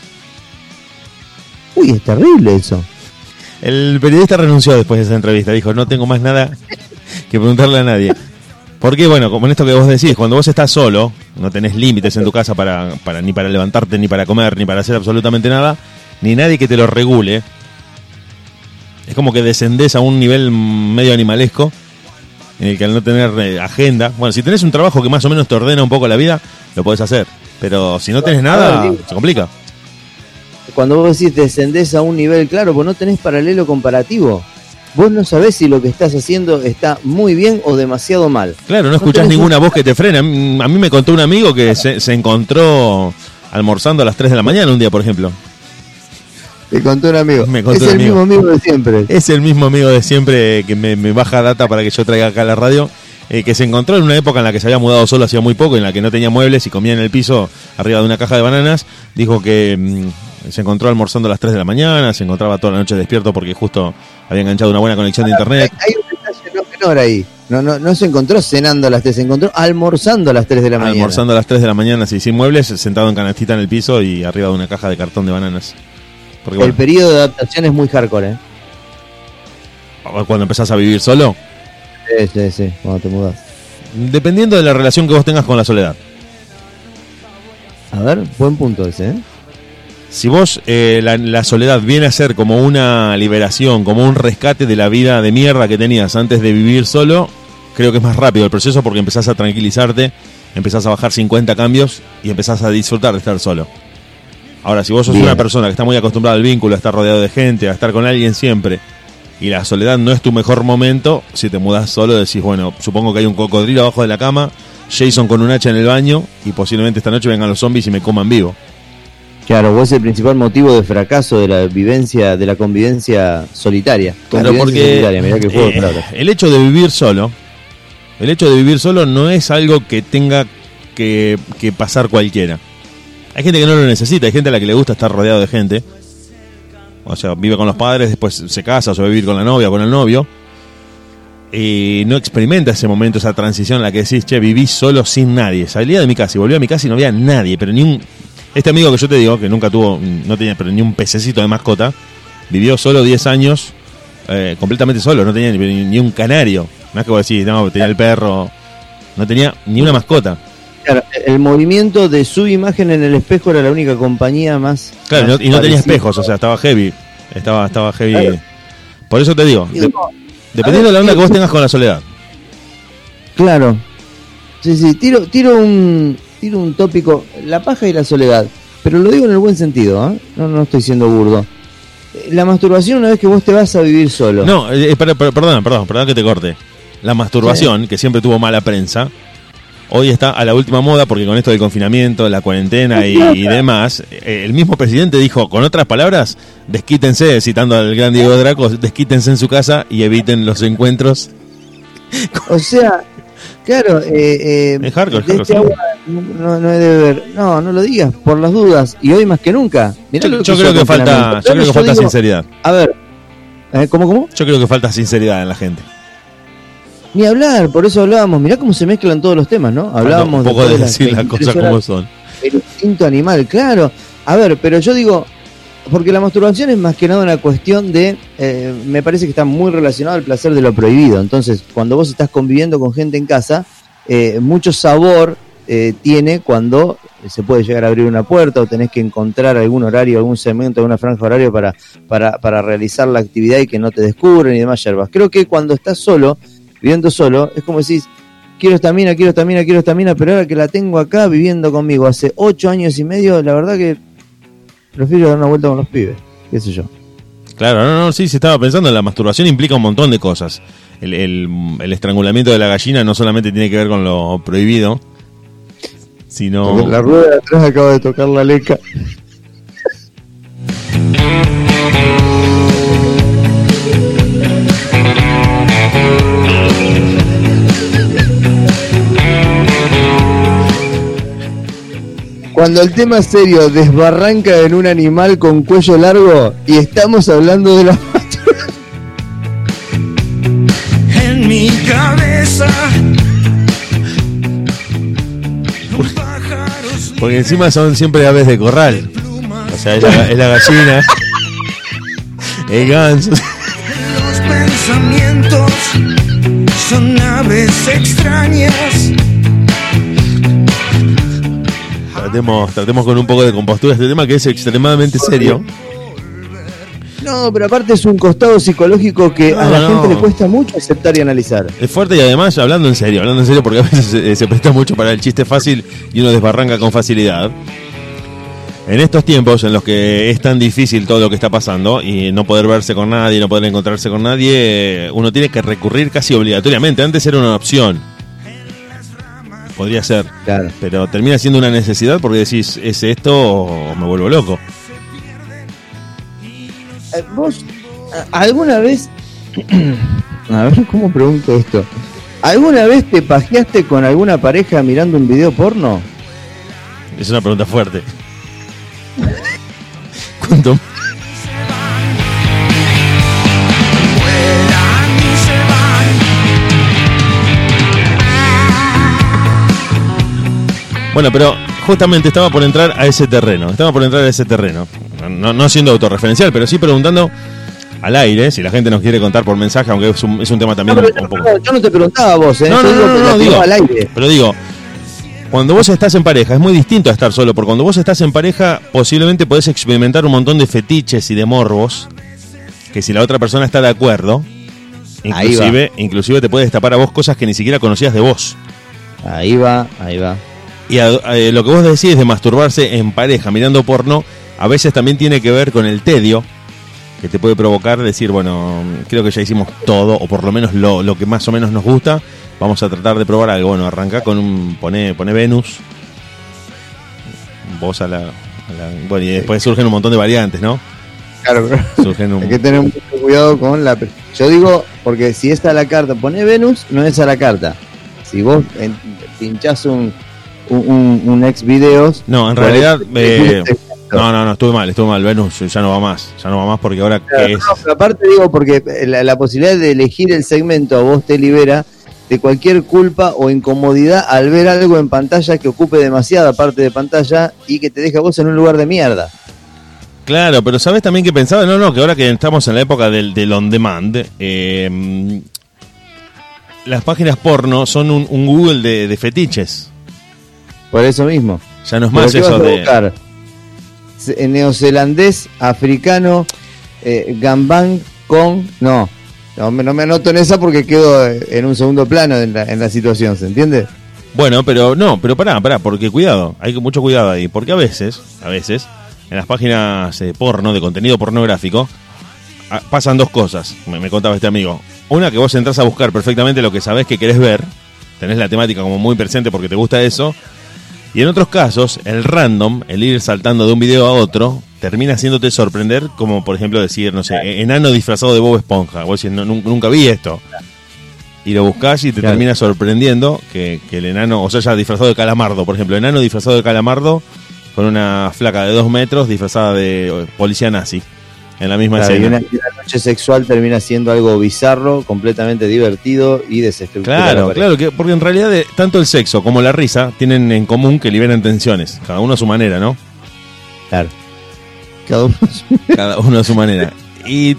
Uy, es terrible eso. El periodista renunció después de esa entrevista. Dijo, no tengo más nada que preguntarle a nadie. Porque, bueno, como en esto que vos decís, cuando vos estás solo, no tenés límites en tu casa ni para levantarte, ni para comer, ni para hacer absolutamente nada, ni nadie que te lo regule. Es como que descendés a un nivel medio animalesco, en el que al no tener agenda... Bueno, si tenés un trabajo que más o menos te ordena un poco la vida, lo podés hacer. Pero si no tenés nada, se complica. Cuando vos decís descendés a un nivel, claro, pues no tenés paralelo comparativo. Vos no sabés si lo que estás haciendo está muy bien o demasiado mal. Claro, no escuchás ninguna voz que te frena. A mí me contó un amigo que se encontró almorzando a las 3 de la mañana un día, por ejemplo. Te contó un amigo. Es el mismo amigo de siempre. Es el mismo amigo de siempre que me baja data para que yo traiga acá a la radio. Que se encontró en una época en la que se había mudado solo hacía muy poco, en la que no tenía muebles y comía en el piso arriba de una caja de bananas. Dijo que se encontró almorzando a las 3 de la mañana, se encontraba toda la noche despierto porque justo había enganchado una buena conexión de internet. Hay un detalle menor ahí. No se encontró cenando a las 3, se encontró almorzando a las 3 de la mañana. Almorzando a las 3 de la mañana, sí, sin muebles, sentado en canastita en el piso y arriba de una caja de cartón de bananas. Porque, el periodo de adaptación es muy hardcore, ¿Cuando empezás a vivir solo? Sí, cuando te mudas. Dependiendo de la relación que vos tengas con la soledad. A ver, buen punto ese, ¿eh? Si vos, la soledad viene a ser como una liberación, como un rescate de la vida de mierda que tenías antes de vivir solo, creo que es más rápido el proceso porque empezás a tranquilizarte, empezás a bajar 50 cambios y empezás a disfrutar de estar solo. Ahora, si vos sos una persona que está muy acostumbrada al vínculo, a estar rodeado de gente, a estar con alguien siempre, y la soledad no es tu mejor momento, si te mudás solo decís, bueno, supongo que hay un cocodrilo abajo de la cama, Jason con un hacha en el baño, y posiblemente esta noche vengan los zombies y me coman vivo. Claro, vos es el principal motivo de fracaso de la vivencia, de la convivencia solitaria. Claro, porque solitaria, mirá qué juego de palabras. El hecho de vivir solo no es algo que tenga que pasar cualquiera. Hay gente que no lo necesita, hay gente a la que le gusta estar rodeado de gente. O sea, vive con los padres, después se casa, o se va a vivir con la novia o con el novio. Y no experimenta ese momento, esa transición en la que decís, che, viví solo sin nadie. Salía de mi casa y volví a mi casa y no había nadie, pero ni un... Este amigo que yo te digo, que nunca tuvo, no tenía pero ni un pececito de mascota, vivió solo 10 años, completamente solo, no tenía ni un canario. No es que vos decís, no, tenía el perro, no tenía ni una mascota. Claro, el movimiento de su imagen en el espejo era la única compañía más... Claro, más y no tenía espejos, o sea, estaba heavy. Estaba heavy. Claro. Por eso te digo, dependiendo de la onda que vos tengas con la soledad. Claro. Sí, tiro un tópico, la paja y la soledad, pero lo digo en el buen sentido, ¿eh? No estoy siendo burdo. La masturbación una vez que vos te vas a vivir solo. No, perdón que te corte. La masturbación, que siempre tuvo mala prensa, hoy está a la última moda porque con esto del confinamiento, la cuarentena y demás, el mismo presidente dijo, con otras palabras, desquítense, citando al gran Diego Draco, desquítense en su casa y eviten los encuentros. O sea, claro, es hardcore, no he de ver. No lo digas, por las dudas. Y hoy más que nunca. Yo creo que falta sinceridad. A ver, ¿cómo? Yo creo que falta sinceridad en la gente. Ni hablar, por eso hablábamos. Mirá cómo se mezclan todos los temas, ¿no? Hablábamos un poco de decir las cosas como son. El instinto animal, claro. A ver, pero yo digo, porque la masturbación es más que nada una cuestión de, me parece que está muy relacionado al placer de lo prohibido. Entonces, cuando vos estás conviviendo con gente en casa, mucho sabor tiene cuando se puede llegar a abrir una puerta o tenés que encontrar algún horario, algún segmento, alguna franja horaria para realizar la actividad y que no te descubren y demás yerbas. Creo que cuando estás solo, viviendo solo, es como decís, quiero estamina, pero ahora que la tengo acá viviendo conmigo hace 8 años y medio, la verdad que prefiero dar una vuelta con los pibes, qué sé yo. Claro, sí, se estaba pensando, la masturbación implica un montón de cosas. El estrangulamiento de la gallina no solamente tiene que ver con lo prohibido, sino... La rueda de atrás acaba de tocar la leca. Cuando el tema serio desbarranca en un animal con cuello largo y estamos hablando de la masturbación. En mi cabeza. Porque encima son siempre aves de corral. O sea, es la gallina, el ganso. Los pensamientos son aves extrañas. Tratemos con un poco de compostura este tema que es extremadamente serio. No, pero aparte es un costado psicológico que a la gente le cuesta mucho aceptar y analizar. Es fuerte y además hablando en serio porque a veces se presta mucho para el chiste fácil y uno desbarranca con facilidad. En estos tiempos en los que es tan difícil todo lo que está pasando y no poder verse con nadie, no poder encontrarse con nadie, uno tiene que recurrir casi obligatoriamente. Antes era una opción. Podría ser, claro, pero termina siendo una necesidad porque decís, ¿es esto o me vuelvo loco? ¿Vos alguna vez, a ver cómo pregunto esto, alguna vez te pajeaste con alguna pareja mirando un video porno? Es una pregunta fuerte. ¿Cuánto? Bueno, pero justamente estaba por entrar a ese terreno. No siendo autorreferencial, pero sí preguntando al aire, si la gente nos quiere contar por mensaje, aunque es un tema también un poco... Yo no te preguntaba a vos, No, digo al aire. Pero digo, cuando vos estás en pareja, es muy distinto a estar solo, porque cuando vos estás en pareja, posiblemente podés experimentar un montón de fetiches y de morbos, que si la otra persona está de acuerdo, inclusive te puede destapar a vos cosas que ni siquiera conocías de vos. Ahí va. Y lo que vos decís de masturbarse en pareja mirando porno, a veces también tiene que ver con el tedio que te puede provocar decir, bueno, creo que ya hicimos todo, o por lo menos lo que más o menos nos gusta, vamos a tratar de probar algo. Bueno, arranca con pone Venus, vos a la bueno, y después surgen un montón de variantes, ¿no? Claro, hay que tener mucho cuidado con la... Yo digo, porque si está a la carta, pone Venus, no es a la carta. Si vos pinchás un ex videos... No, en realidad... No, estuve mal, Venus ya no va más porque ahora claro, ¿qué es? No, pero aparte digo, porque la posibilidad de elegir el segmento a vos te libera de cualquier culpa o incomodidad al ver algo en pantalla que ocupe demasiada parte de pantalla y que te deja a vos en un lugar de mierda. Claro, pero ¿sabes también que pensaba? Que ahora que estamos en la época del on demand, las páginas porno son un Google de fetiches. Por eso mismo. Ya no es más eso de... buscar? Neozelandés, africano, gambán con... No me anoto en esa porque quedo en un segundo plano en la situación, ¿se entiende? Bueno, pero pará, porque cuidado, hay mucho cuidado ahí, porque a veces, en las páginas porno, de contenido pornográfico, pasan dos cosas, me contaba este amigo. Una, que vos entrás a buscar perfectamente lo que sabés que querés ver, tenés la temática como muy presente porque te gusta eso, y en otros casos, el random, el ir saltando de un video a otro, termina haciéndote sorprender, como por ejemplo decir, no sé, enano disfrazado de Bob Esponja. Vos decís, nunca vi esto. Y lo buscás y te termina sorprendiendo que el enano, o sea, ya disfrazado de Calamardo, por ejemplo, enano disfrazado de Calamardo con una flaca de 2 metros disfrazada de policía nazi. En la misma escena. Y una noche sexual termina siendo algo bizarro, completamente divertido y desestructurado. Claro, porque en realidad tanto el sexo como la risa tienen en común que liberan tensiones, cada uno a su manera, ¿no? Claro. Cada uno a su manera. Y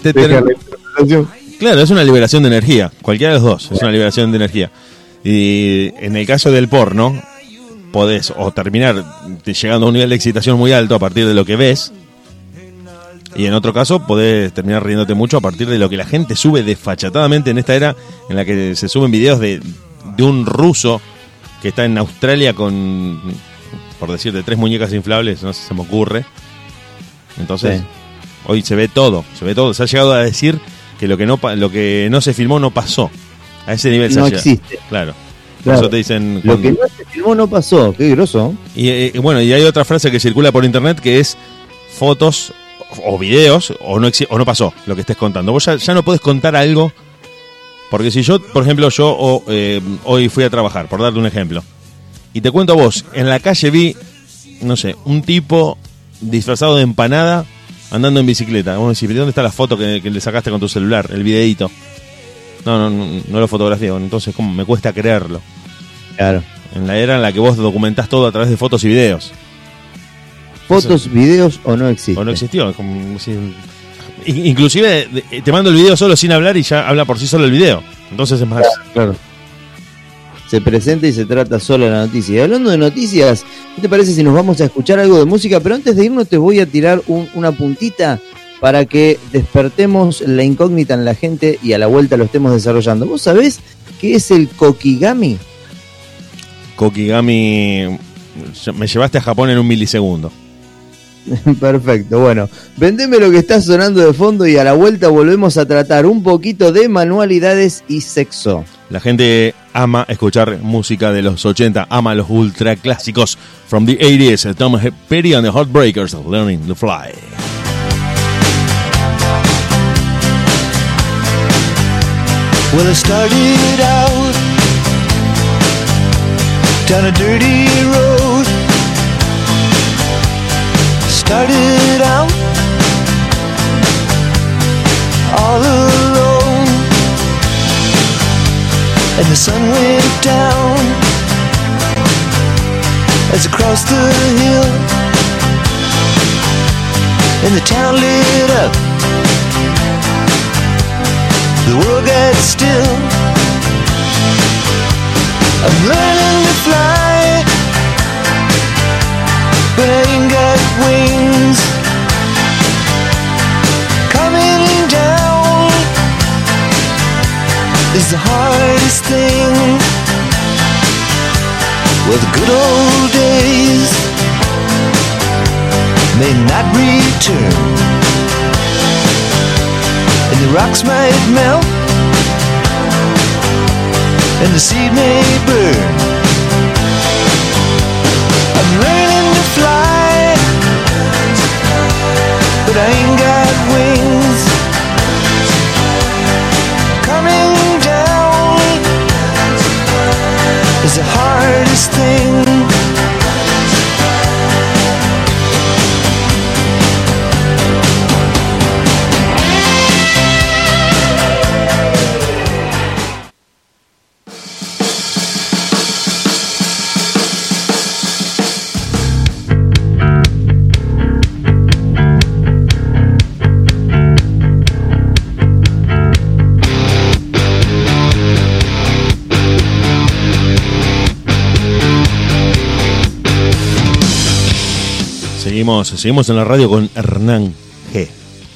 claro, es una liberación de energía, cualquiera de los dos, es una liberación de energía. Y en el caso del porno, podés o terminar llegando a un nivel de excitación muy alto a partir de lo que ves, y en otro caso podés terminar riéndote mucho a partir de lo que la gente sube desfachatadamente en esta era en la que se suben videos de un ruso que está en Australia con, por decirte, 3 muñecas inflables, no sé si se me ocurre. Entonces, hoy se ve todo. Se ha llegado a decir que lo que no se filmó no pasó. A ese nivel no existe. Claro. Por eso te dicen... Lo que no se filmó no pasó. Qué groso. Y bueno, y hay otra frase que circula por internet que es fotos o videos o no pasó lo que estés contando. Vos ya no podés contar algo, porque si yo, por ejemplo, hoy fui a trabajar, por darte un ejemplo, y te cuento a vos, en la calle vi, no sé, un tipo disfrazado de empanada andando en bicicleta. Vamos a decir, ¿dónde está la foto que le sacaste con tu celular? El videíto. No lo fotografié. Entonces, ¿cómo? Me cuesta creerlo. Claro. En la era en la que vos documentás todo a través de fotos y videos. Fotos, videos o no existe. O no existió. Como si, inclusive te mando el video solo sin hablar y ya habla por sí solo el video. Entonces es más... Claro. Se presenta y se trata solo la noticia. Y hablando de noticias, ¿qué te parece si nos vamos a escuchar algo de música? Pero antes de irnos te voy a tirar una puntita para que despertemos la incógnita en la gente y a la vuelta lo estemos desarrollando. ¿Vos sabés qué es el kokigami? Kokigami... Me llevaste a Japón en un milisegundo. Perfecto, bueno, vendeme lo que está sonando de fondo y a la vuelta volvemos a tratar un poquito de manualidades y sexo. La gente ama escuchar música de los 80, ama los ultra clásicos. From the 80s, Tom Petty and the Heartbreakers, Learning to Fly. Well, I started out down a dirty road. Started out all alone, and the sun went down as I crossed the hill, and the town lit up the world gets still. I'm learning to fly, but I ain't got wings. Coming down is the hardest thing. Well, the good old days may not return, and the rocks might melt, and the seed may burn. I'm learning to fly, but I ain't got wings. Coming down is the hardest thing. Seguimos en la radio con Hernán G.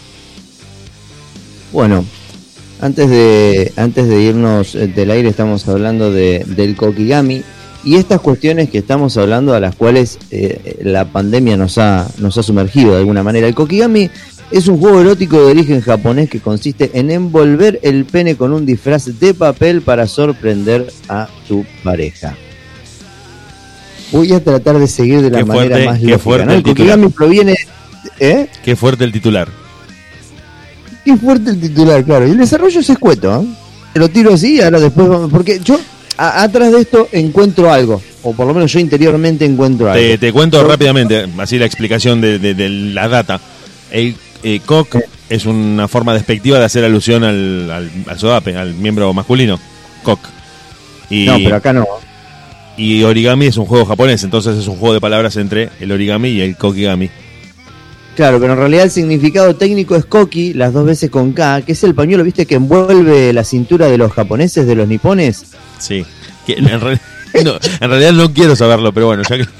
Bueno, antes de irnos del aire estamos hablando del kokigami y estas cuestiones que estamos hablando a las cuales la pandemia nos ha sumergido de alguna manera. El kokigami es un juego erótico de origen japonés que consiste en envolver el pene con un disfraz de papel para sorprender a tu pareja. Voy a tratar de seguir de la manera más lógica, ¿no? El kokigami proviene... Qué fuerte el titular. Qué fuerte el titular, claro. Y el desarrollo es escueto, ¿eh? Te lo tiro así, ahora después... Porque yo, atrás de esto, encuentro algo. O por lo menos yo interiormente encuentro algo. Te cuento rápidamente, así la explicación de la data. El cock es una forma despectiva de hacer alusión al sodape, al miembro masculino. Cock. No, pero acá no. Y origami es un juego japonés, entonces es un juego de palabras entre el origami y el kokigami. Claro, pero en realidad el significado técnico es koki, las dos veces con K, que es el pañuelo, ¿viste? Que envuelve la cintura de los japoneses, de los nipones. Sí, que en realidad no quiero saberlo, pero bueno, ya que...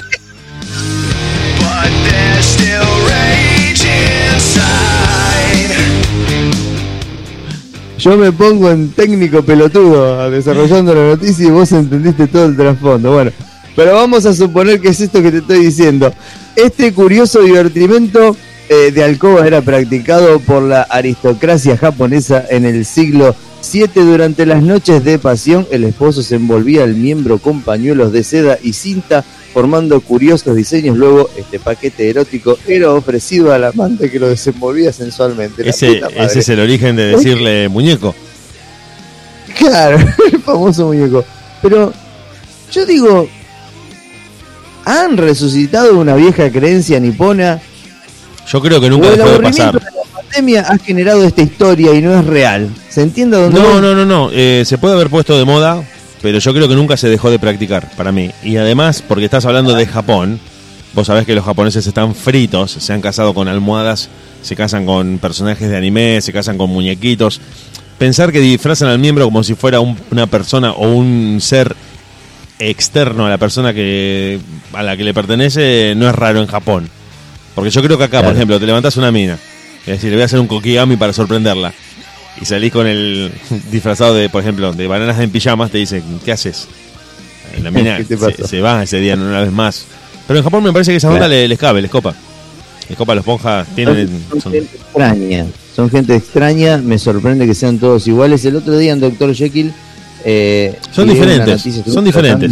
Yo me pongo en técnico pelotudo desarrollando la noticia y vos entendiste todo el trasfondo. Bueno, pero vamos a suponer que es esto que te estoy diciendo. Este curioso divertimento de alcoba era practicado por la aristocracia japonesa en el siglo VII. Durante las noches de pasión, el esposo se envolvía el miembro con pañuelos de seda y cinta, formando curiosos diseños. Luego, este paquete erótico era ofrecido al amante que lo desenvolvía sensualmente. Ese es el origen de decirle muñeco. Claro, el famoso muñeco. Pero yo digo, ¿han resucitado una vieja creencia nipona? Yo creo que nunca dejó de pasar. La pandemia ha generado esta historia y no es real. ¿Se entiende a dónde voy? No. Se puede haber puesto de moda, pero yo creo que nunca se dejó de practicar, para mí. Y además, porque estás hablando de Japón, vos sabés que los japoneses están fritos, se han casado con almohadas, se casan con personajes de anime, se casan con muñequitos. Pensar que disfrazan al miembro como si fuera una persona o un ser externo a la persona a la que le pertenece no es raro en Japón. Porque yo creo que acá, por ejemplo, te levantás una mina, es decir, le voy a hacer un kokigami para sorprenderla, y salís con el disfrazado de, por ejemplo, de bananas en pijamas, te dicen, ¿qué haces? La mina se va ese día una vez más. Pero en Japón me parece que esa onda les cabe, les copa. Les copa, los ponjas tienen... Son gente extraña, son gente extraña, me sorprende que sean todos iguales. El otro día en Dr. Jekyll... Son diferentes. Son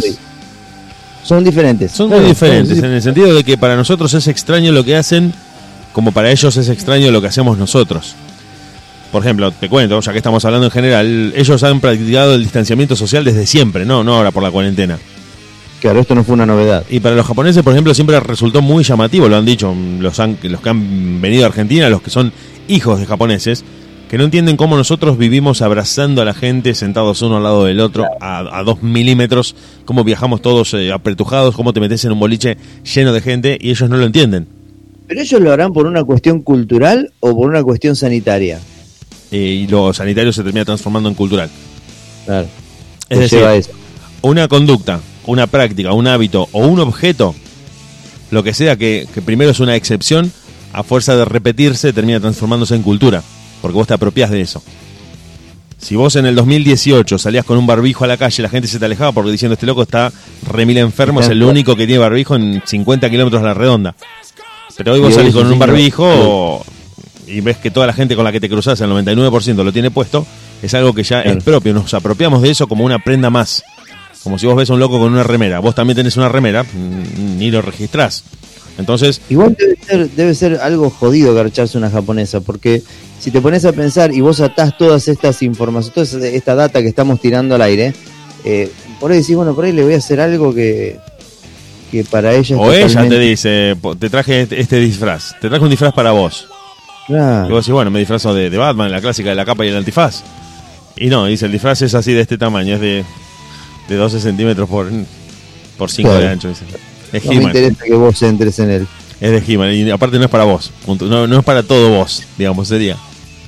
muy diferentes, en el sentido de que para nosotros es extraño lo que hacen, como para ellos es extraño lo que hacemos nosotros. Por ejemplo, te cuento, ya que estamos hablando en general, ellos han practicado el distanciamiento social desde siempre, no ahora por la cuarentena. Claro, esto no fue una novedad. Y para los japoneses, por ejemplo, siempre resultó muy llamativo, lo han dicho los que han venido a Argentina, los que son hijos de japoneses, que no entienden cómo nosotros vivimos abrazando a la gente, sentados uno al lado del otro, a 2 milímetros, cómo viajamos todos apretujados, cómo te metes en un boliche lleno de gente, y ellos no lo entienden. ¿Pero ellos lo harán por una cuestión cultural o por una cuestión sanitaria? y lo sanitario se termina transformando en cultural. Claro. Es decir, una conducta, una práctica, un hábito o un objeto, lo que sea que primero es una excepción, a fuerza de repetirse termina transformándose en cultura, porque vos te apropiás de eso. Si vos en el 2018 salías con un barbijo a la calle, la gente se te alejaba porque diciendo este loco está remil enfermo, es el único que tiene barbijo en 50 kilómetros a la redonda. Pero hoy vos salís con un barbijo y ves que toda la gente con la que te cruzás, el 99% lo tiene puesto, es algo que ya es propio. Nos apropiamos de eso como una prenda más. Como si vos ves a un loco con una remera, vos también tenés una remera, ni lo registrás. Entonces, igual debe ser algo jodido garcharse una japonesa, porque si te pones a pensar y vos atás todas estas informaciones, toda esta data que estamos tirando al aire, por ahí decís, bueno, por ahí le voy a hacer algo que para ella es o ella te dice, te traje este disfraz, te traje un disfraz para vos. Claro. Y vos decís, bueno, me disfrazo de Batman, la clásica de la capa y el antifaz. Y no, dice, el disfraz es así de este tamaño, es de 12 centímetros por 5 de ancho, dice. Es no He-Man. me interesa que vos entres en él. Es de He-Man, y aparte no es para vos, punto. No es para todo vos, digamos, sería.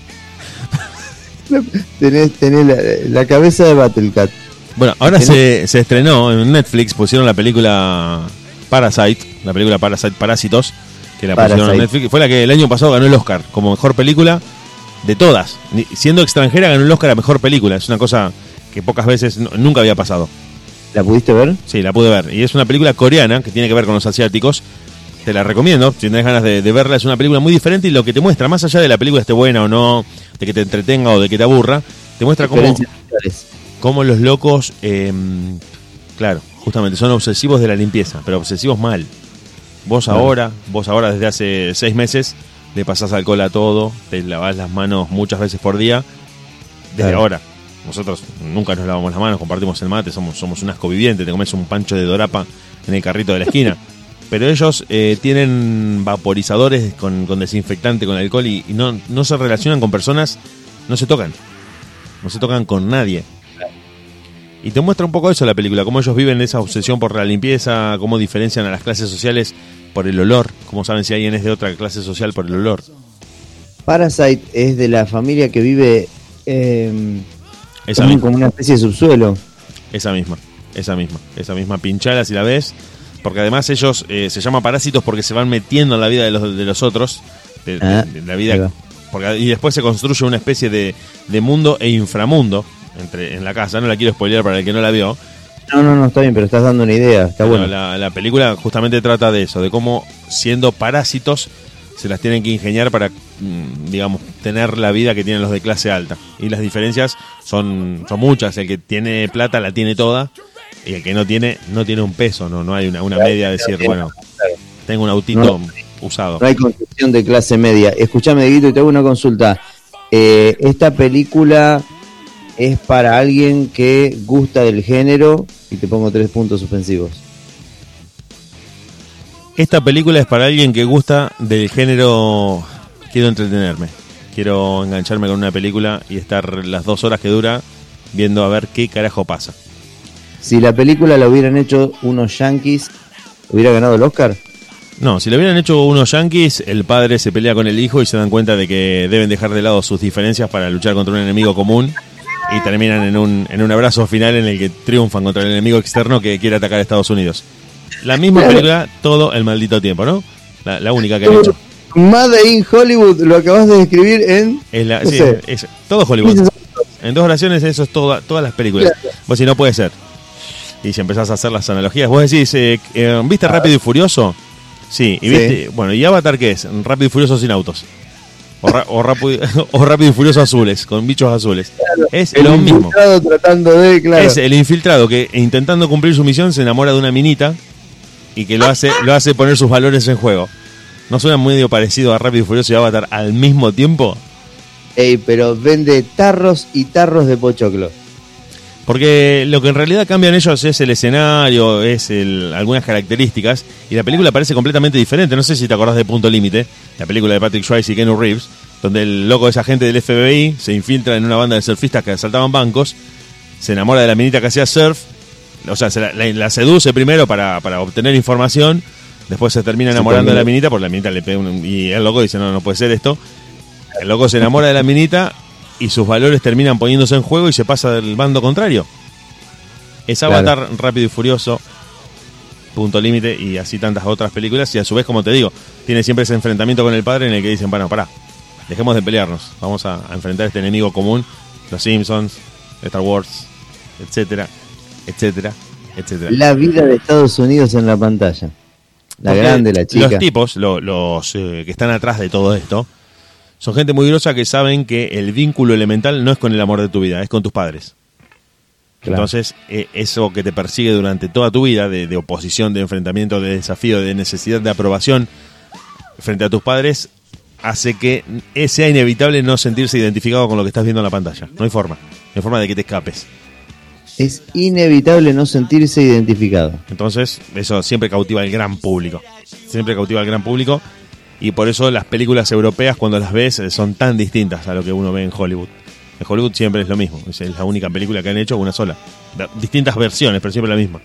Tenés la cabeza de Battlecat. Bueno, ahora se estrenó en Netflix, pusieron la película Parasite, la película Parasite, Parásitos, que la pusieron en Netflix. Fue la que el año pasado ganó el Oscar como mejor película de todas. Siendo extranjera ganó el Oscar a mejor película. Es una cosa que pocas veces, nunca había pasado. ¿La pudiste ver? Sí, la pude ver. Y es una película coreana que tiene que ver con los asiáticos. Te la recomiendo, si tenés ganas de verla. Es una película muy diferente y lo que te muestra, más allá de la película esté buena o no, de que te entretenga o de que te aburra, te muestra cómo los locos, claro, justamente son obsesivos de la limpieza, pero obsesivos mal. Vos ahora desde hace 6 meses, le pasás alcohol a todo, te lavás las manos muchas veces por día, desde ahora. Nosotros nunca nos lavamos las manos, compartimos el mate, somos un asco viviente, te comes un pancho de dorapa en el carrito de la esquina. Pero ellos tienen vaporizadores con desinfectante, con alcohol y no se relacionan con personas, no se tocan con nadie. Y te muestra un poco eso la película, cómo ellos viven esa obsesión por la limpieza, cómo diferencian a las clases sociales por el olor, cómo saben si alguien es de otra clase social por el olor. Parasite es de la familia que vive como una especie de subsuelo. Esa misma pinchala si la ves, porque además ellos se llaman parásitos porque se van metiendo en la vida de los otros, de la vida, y después se construye una especie de mundo e inframundo en la casa. No la quiero spoilear para el que no la vio. No, está bien, pero estás dando una idea, está bueno. La película justamente trata de eso, de cómo siendo parásitos se las tienen que ingeniar para, digamos, tener la vida que tienen los de clase alta. Y las diferencias son muchas. El que tiene plata la tiene toda y el que no tiene un peso. No hay una media de decir, bueno, tengo un autito usado. No hay concepción de clase media. Escuchame, Dieguito, y te hago una consulta. Esta película es para alguien que gusta del género, y te pongo 3 puntos suspensivos. Esta película es para alguien que gusta del género. Quiero entretenerme, quiero engancharme con una película y estar las 2 horas que dura viendo a ver qué carajo pasa. Si la película la hubieran hecho unos yanquis, ¿hubiera ganado el Oscar? No, si lo hubieran hecho unos yanquis, el padre se pelea con el hijo y se dan cuenta de que deben dejar de lado sus diferencias para luchar contra un enemigo común y terminan en un abrazo final en el que triunfan contra el enemigo externo que quiere atacar a Estados Unidos. La misma película todo el maldito tiempo, ¿no? La única que han hecho. Made in Hollywood, lo acabas de describir en... todo Hollywood. En 2 oraciones eso es todas las películas. Vos si no puede ser. Y si empezás a hacer las analogías, vos decís, ¿viste Rápido y Furioso? Sí, y viste, bueno, ¿y Avatar qué es? Rápido y Furioso sin autos. O Rápido y Furioso azules, con bichos azules. Claro, es lo mismo. Es el infiltrado que intentando cumplir su misión se enamora de una minita y que lo hace poner sus valores en juego. ¿No suena medio parecido a Rápido y Furioso y Avatar al mismo tiempo? Pero vende tarros y tarros de pochoclo. Porque lo que en realidad cambian ellos es el escenario, es algunas características, y la película parece completamente diferente. No sé si te acordás de Punto Límite, la película de Patrick Swayze y Keanu Reeves, donde el loco es agente del FBI, se infiltra en una banda de surfistas que asaltaban bancos, se enamora de la minita que hacía surf, o sea, la seduce primero para obtener información, después se termina enamorando de la minita, porque la minita le pega y el loco dice, no puede ser esto. El loco se enamora de la minita, y sus valores terminan poniéndose en juego y se pasa del bando contrario. Es Avatar, Rápido y Furioso, Punto Límite y así tantas otras películas, y a su vez, como te digo, tiene siempre ese enfrentamiento con el padre en el que dicen, bueno, pará, dejemos de pelearnos, vamos a enfrentar a este enemigo común, los Simpsons, Star Wars, etcétera, etcétera, etcétera. La vida de Estados Unidos en la pantalla. La Porque grande, la chica. Los tipos, los que están atrás de todo esto, son gente muy grosa que saben que el vínculo elemental no es con el amor de tu vida, es con tus padres. Claro. Entonces, eso que te persigue durante toda tu vida, de oposición, de enfrentamiento, de desafío, de necesidad de aprobación frente a tus padres, hace que sea inevitable no sentirse identificado con lo que estás viendo en la pantalla. No hay forma de que te escapes. Es inevitable no sentirse identificado. Entonces, eso siempre cautiva al gran público. Siempre cautiva al gran público. Y por eso las películas europeas, cuando las ves, son tan distintas a lo que uno ve en Hollywood. En Hollywood siempre es lo mismo. Es la única película que han hecho, una sola. Distintas versiones, pero siempre la misma.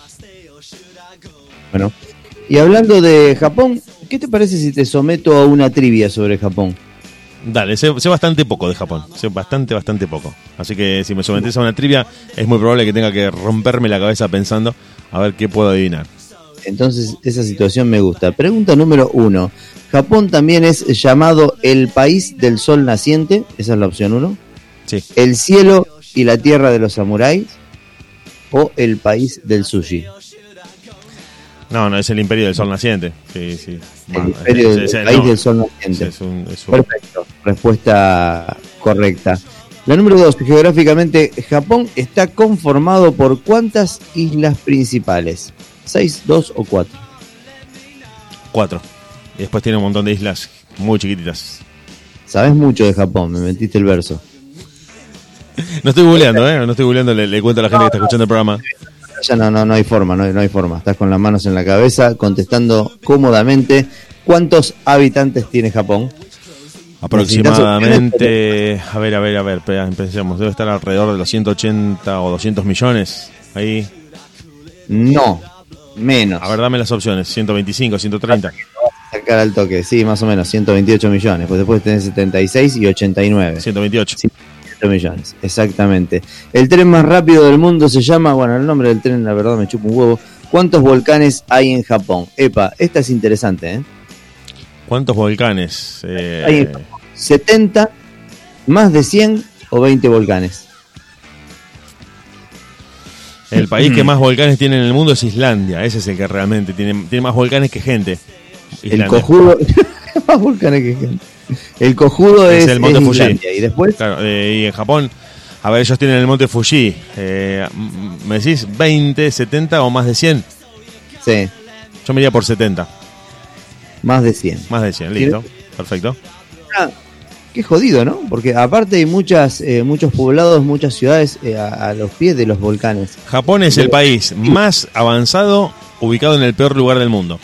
Bueno, y hablando de Japón, ¿qué te parece si te someto a una trivia sobre Japón? Dale, sé bastante poco de Japón. Sé bastante poco. Así que si me sometes a una trivia, es muy probable que tenga que romperme la cabeza pensando a ver qué puedo adivinar. Entonces, esa situación me gusta. Pregunta número 1. ¿Japón también es llamado el país del sol naciente? Esa es la opción 1. Sí. ¿El cielo y la tierra de los samuráis? ¿O el país del sushi? No, es el imperio del sol naciente. Sí. El imperio del país del sol naciente. Perfecto. Respuesta correcta. La número 2. Geográficamente, Japón está conformado por ¿cuántas islas principales? 6, 2 o 4. 4. Y después tiene un montón de islas muy chiquititas. Sabes mucho de Japón, me metiste el verso. No estoy googleando, no estoy googleando, le cuento a la gente que está escuchando el programa. Ya no hay forma, no hay forma. Estás con las manos en la cabeza, contestando cómodamente. ¿Cuántos habitantes tiene Japón? Aproximadamente, a ver, espera, empecemos. Debe estar alrededor de los 180 o 200 millones. Ahí. No, menos. A ver, dame las opciones. 125, 130. Sacar al toque, sí, más o menos, 128 millones. Pues después tenés 76 y 89. 128. Sí, millones, exactamente. El tren más rápido del mundo se llama, bueno, el nombre del tren, la verdad me chupa un huevo. ¿Cuántos volcanes hay en Japón? Epa, esta es interesante, ¿eh? ¿Cuántos volcanes? Hay 70, más de 100 o 20 volcanes. El país que más volcanes tiene en el mundo es Islandia. Ese es el que realmente tiene más volcanes que gente. Islandia. El cojudo más volcanes que gente. El cojudo es el monte Fuji. Islandia. Y después, claro, y en Japón, a ver, ellos tienen el monte Fuji. ¿Me decís 20, 70 o más de 100? Sí. Yo me iría por 70. Más de 100. Más de 100, listo. Perfecto. Qué jodido, ¿no? Porque aparte hay muchos poblados, muchas ciudades a los pies de los volcanes. Japón es el país más avanzado ubicado en el peor lugar del mundo.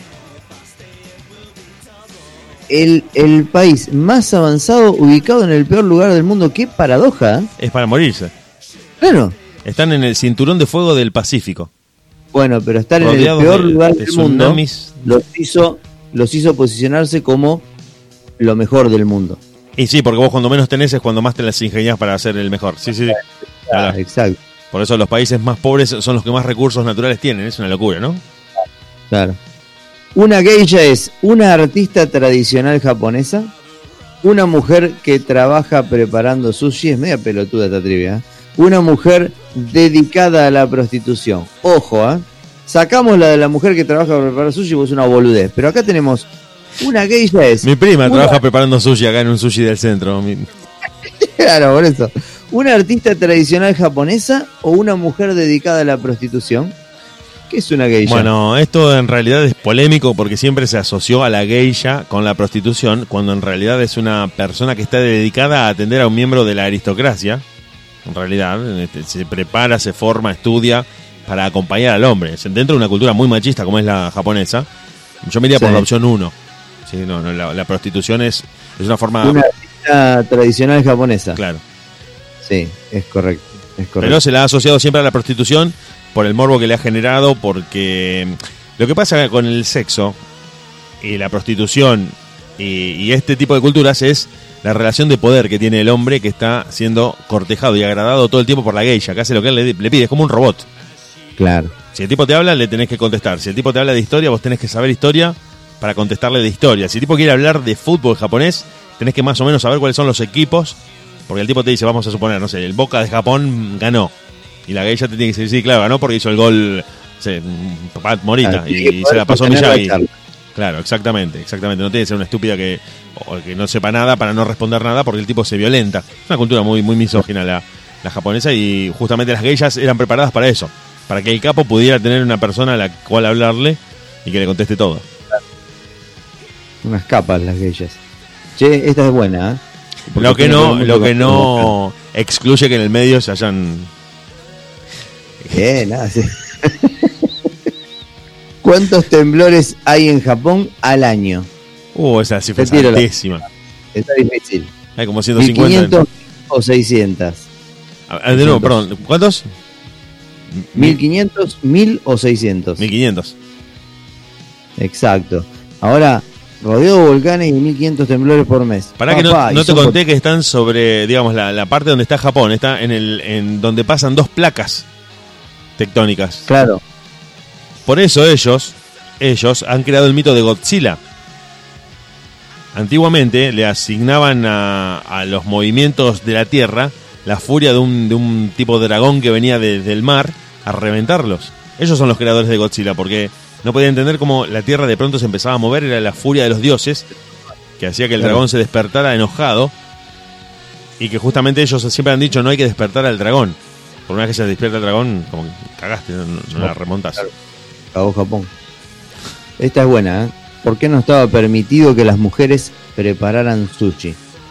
El país más avanzado ubicado en el peor lugar del mundo. Qué paradoja, ¿eh? Es para morirse. Claro. Están en el cinturón de fuego del Pacífico. Bueno, pero estar en el peor lugar del mundo los hizo posicionarse como lo mejor del mundo. Y sí, porque vos cuando menos tenés es cuando más te las ingeniás para ser el mejor. Sí. Claro. Exacto. Por eso los países más pobres son los que más recursos naturales tienen. Es una locura, ¿no? Claro. Una geisha es una artista tradicional japonesa, una mujer que trabaja preparando sushi, es media pelotuda esta trivia, ¿eh? Una mujer dedicada a la prostitución. Ojo, sacamos la de la mujer que trabaja preparando sushi, pues es una boludez. Pero acá tenemos una geisha es... Mi prima trabaja preparando sushi acá en un sushi del centro. Claro, por eso. ¿Una artista tradicional japonesa o una mujer dedicada a la prostitución? ¿Qué es una geisha? Bueno, esto en realidad es polémico porque siempre se asoció a la geisha con la prostitución, cuando en realidad es una persona que está dedicada a atender a un miembro de la aristocracia. En realidad, se prepara, se forma, estudia para acompañar al hombre. Dentro de una cultura muy machista como es la japonesa, yo me iría por la opción 1. Sí, la prostitución es una forma... Una artista tradicional japonesa. Claro. Sí, es correcto. Pero se la ha asociado siempre a la prostitución por el morbo que le ha generado, porque lo que pasa con el sexo y la prostitución Y este tipo de culturas es la relación de poder que tiene el hombre que está siendo cortejado y agradado todo el tiempo por la geisha, que hace lo que él le pide, es como un robot. Claro. Si el tipo te habla, le tenés que contestar. Si el tipo te habla de historia, vos tenés que saber historia para contestarle de historia. Si el tipo quiere hablar de fútbol japonés, tenés que más o menos saber cuáles son los equipos, porque el tipo te dice, vamos a suponer, no sé, el Boca de Japón ganó. Y la geisha te tiene que decir, sí, claro, ganó porque hizo el gol, no sé, Pat Morita, y se la pasó Miyagi. Claro, exactamente. No tiene que ser una estúpida que no sepa nada para no responder nada, porque el tipo se violenta. Es una cultura muy, muy misógina la japonesa, y justamente las geishas eran preparadas para eso, para que el capo pudiera tener una persona a la cual hablarle y que le conteste todo. Unas capas las geishas. Che, esta es buena, ¿eh? Lo que no excluye que en el medio se hayan... Nada, sí. ¿Cuántos temblores hay en Japón al año? Esa cifra es altísima. Está difícil. Hay como 150. 1500 o 600. De nuevo, perdón, ¿cuántos? 1500, 1000 o 600. 1500. Exacto. Ahora, rodeado de volcanes y 1500 temblores por mes. Pará, que no te conté que están sobre, digamos, la parte donde está Japón, está en donde pasan dos placas tectónicas. Claro. Por eso ellos han creado el mito de Godzilla. Antiguamente le asignaban a los movimientos de la Tierra la furia de un tipo de dragón que venía del mar a reventarlos. Ellos son los creadores de Godzilla, porque no podían entender cómo la Tierra de pronto se empezaba a mover. Era la furia de los dioses que hacía que el dragón se despertara enojado, y que justamente ellos siempre han dicho, no hay que despertar al dragón. Por una vez que se despierta el dragón, como que cagaste, no la remontas. Claro. Cagó Japón. Esta es buena, ¿eh? ¿Por qué no estaba permitido que las mujeres prepararan sushi?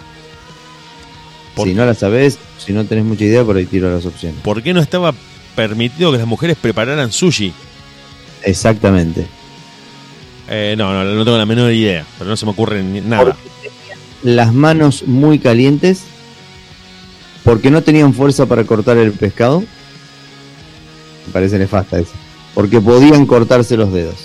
Si no la sabés, si no tenés mucha idea, por ahí tiro las opciones. ¿Por qué no estaba permitido que las mujeres prepararan sushi? Exactamente. No tengo la menor idea, pero no se me ocurre nada. Porque tenían las manos muy calientes, porque no tenían fuerza para cortar el pescado. Me parece nefasta eso. Porque podían cortarse los dedos.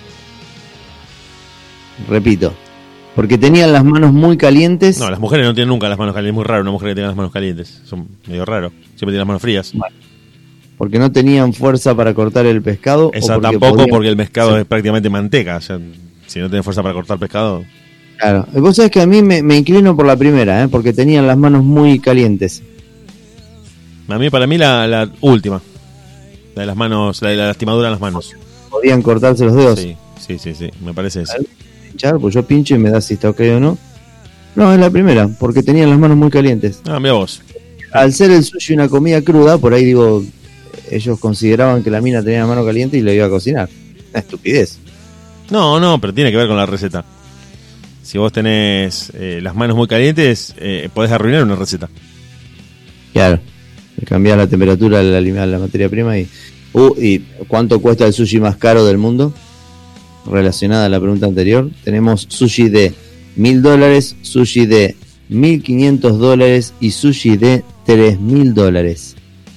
Repito, porque tenían las manos muy calientes. No, las mujeres no tienen nunca las manos calientes. Es muy raro una mujer que tenga las manos calientes. Son medio raro. Siempre tienen las manos frías. Bueno, porque no tenían fuerza para cortar el pescado. Esa o porque tampoco, porque el pescado es prácticamente manteca. O sea, si no tienen fuerza para cortar pescado. Claro. Vos sabés que a mí me inclino por la primera, porque tenían las manos muy calientes. Para mí la última. La de las manos, la de la lastimadura en las manos. Podían cortarse los dedos. Sí, me parece eso. Pinchar, pues yo pincho y me da si está ok o no. No, es la primera, porque tenían las manos muy calientes. Mira vos. Al ser el sushi una comida cruda, por ahí digo, ellos consideraban que la mina tenía la mano caliente y lo iba a cocinar. Una estupidez. No, pero tiene que ver con la receta. Si vos tenés las manos muy calientes, podés arruinar una receta. Claro. Cambiar la temperatura de la materia prima y ¿cuánto cuesta el sushi más caro del mundo? Relacionada a la pregunta anterior, tenemos sushi de $1.000, sushi de $1.500 y sushi de $3.000.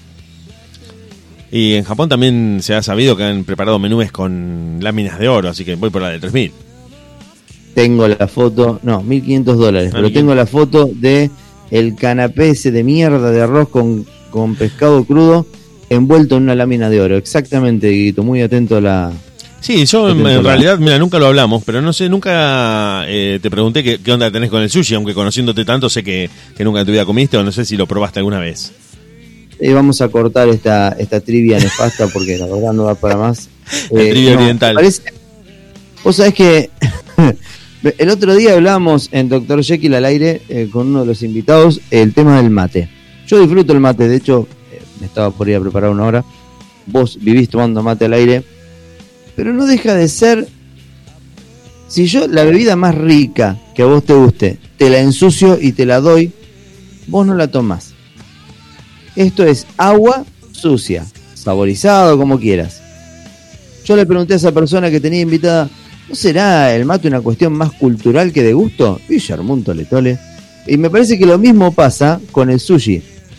Y en Japón también se ha sabido que han preparado menúes con láminas de oro, así que voy por la de 3.000. Tengo la foto, no, $1.500, pero tengo la foto de el canapé ese de mierda de arroz con pescado crudo envuelto en una lámina de oro. Exactamente, Guito, muy atento a la... Sí, yo en realidad, mira, nunca lo hablamos, pero no sé, nunca te pregunté qué onda tenés con el sushi, aunque conociéndote tanto sé que nunca en tu vida comiste, o no sé si lo probaste alguna vez. Vamos a cortar esta trivia nefasta porque la verdad no da para más. Trivia oriental. Vos sabés que el otro día hablábamos en Dr. Jekyll al aire con uno de los invitados el tema del mate. Yo disfruto el mate, de hecho me estaba por ir a preparar una hora. Vos vivís tomando mate al aire, pero no deja de ser, si yo la bebida más rica que a vos te guste, te la ensucio y te la doy, vos no la tomás. Esto es agua sucia, saborizado, como quieras. Yo le pregunté a esa persona que tenía invitada, ¿no será el mate una cuestión más cultural que de gusto? Y se armó un tole. Y me parece que lo mismo pasa con el sushi.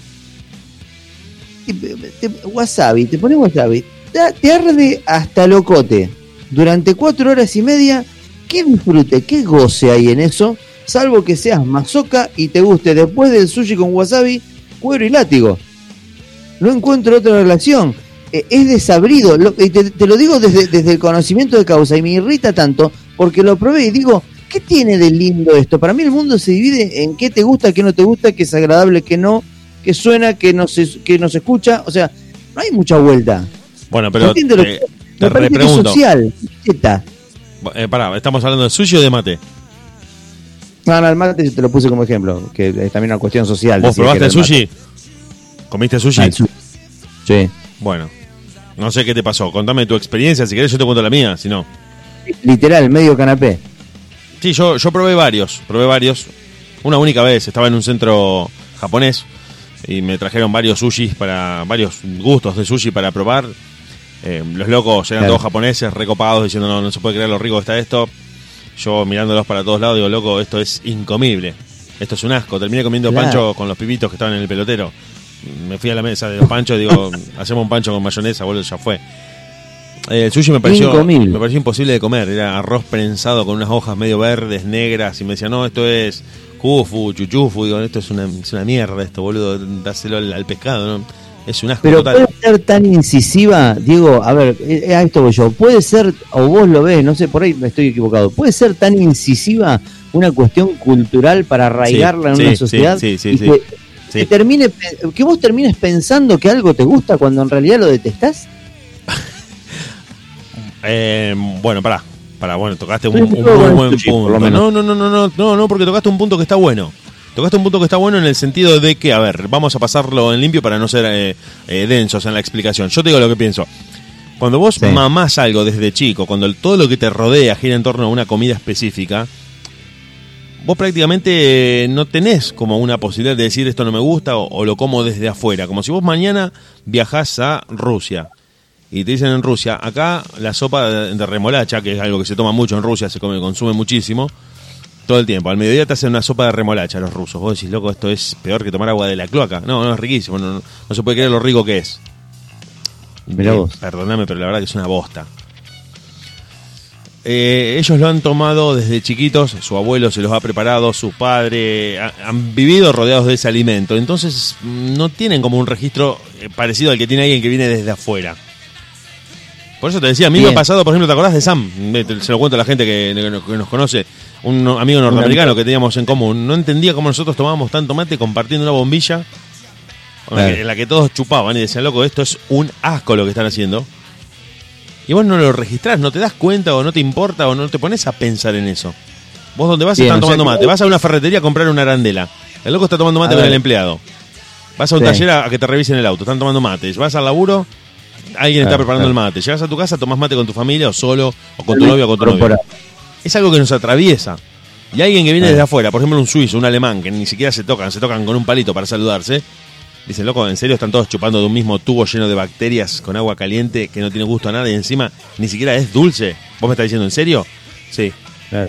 Wasabi, te pones wasabi, te arde hasta locote durante 4 horas y media ¿qué disfrute, qué goce hay en eso? Salvo que seas masoca y te guste después del sushi con wasabi, cuero y látigo. No encuentro otra relación. Es desabrido. Y te lo digo desde el conocimiento de causa. Y me irrita tanto porque lo probé y digo, ¿qué tiene de lindo esto? Para mí el mundo se divide en qué te gusta, qué no te gusta, qué es agradable, qué no, qué suena, qué no se escucha. O sea, no hay mucha vuelta. Bueno, pero te repregunto. Social. Pará, ¿estamos hablando de sushi o de mate? No, el mate te lo puse como ejemplo, que es también una cuestión social. ¿Vos probaste el sushi? ¿Comiste sushi? Sí. Bueno, no sé qué te pasó. Contame tu experiencia, si querés yo te cuento la mía, si no. Literal, medio canapé. Sí, yo probé varios. Una única vez, estaba en un centro japonés y me trajeron varios sushis varios gustos de sushi para probar. Los locos eran todos japoneses, recopados, diciendo no se puede creer lo rico que está esto. Yo mirándolos para todos lados digo, loco, esto es incomible. Esto es un asco. Terminé comiendo pancho con los pibitos que estaban en el pelotero. Me fui a la mesa de los panchos, digo, hacemos un pancho con mayonesa, boludo, ya fue. El sushi me pareció imposible de comer. Era arroz prensado con unas hojas medio verdes, negras, y me decía, no, esto es kufu, chuchufu. Digo, esto es una mierda esto, boludo, dáselo al pescado, ¿no? Es un asco. Pero total. puede ser tan incisiva, Diego, a ver, a esto voy yo, puede ser, o vos lo ves, no sé, por ahí me estoy equivocado, puede ser tan incisiva una cuestión cultural para arraigarla en una sociedad que vos termines pensando que algo te gusta cuando en realidad lo detestás. Bueno, bueno, tocaste un muy buen punto. No, porque tocaste un punto que está bueno. Tocaste un punto que está bueno en el sentido de que, a ver, vamos a pasarlo en limpio para no ser densos en la explicación. Yo te digo lo que pienso. Cuando vos mamás algo desde chico, cuando todo lo que te rodea gira en torno a una comida específica, vos prácticamente no tenés como una posibilidad de decir esto no me gusta o lo como desde afuera. Como si vos mañana viajás a Rusia y te dicen en Rusia, acá la sopa de remolacha, que es algo que se toma mucho en Rusia, se consume muchísimo, todo el tiempo. Al mediodía te hacen una sopa de remolacha los rusos. Vos decís, loco, esto es peor que tomar agua de la cloaca. No, es riquísimo. No se puede creer lo rico que es. Mirá vos. Perdóname, pero la verdad que es una bosta. Ellos lo han tomado desde chiquitos. Su abuelo se los ha preparado, su padre. Han vivido rodeados de ese alimento. Entonces no tienen como un registro parecido al que tiene alguien que viene desde afuera. Por eso te decía, a mí me ha pasado, por ejemplo, ¿te acordás de Sam? Se lo cuento a la gente que nos conoce. Un amigo norteamericano que teníamos en común. No entendía cómo nosotros tomábamos tanto mate compartiendo una bombilla en la que todos chupaban y decían, loco, esto es un asco lo que están haciendo. Y vos no lo registrás, no te das cuenta o no te importa o no te pones a pensar en eso. Vos donde vas están tomando mate. Vas a una ferretería a comprar una arandela. El loco está tomando mate con el empleado. Vas a un taller a que te revisen el auto. Están tomando mates. Vas al laburo, alguien está preparando el mate. Llegas a tu casa, tomás mate con tu familia o solo, o con tu novio o con tu novio. Es algo que nos atraviesa. Y alguien que viene desde afuera, por ejemplo un suizo, un alemán, que ni siquiera se tocan con un palito para saludarse, dicen, loco, ¿en serio están todos chupando de un mismo tubo lleno de bacterias con agua caliente que no tiene gusto a nada y encima ni siquiera es dulce? ¿Vos me estás diciendo en serio? Sí. Claro.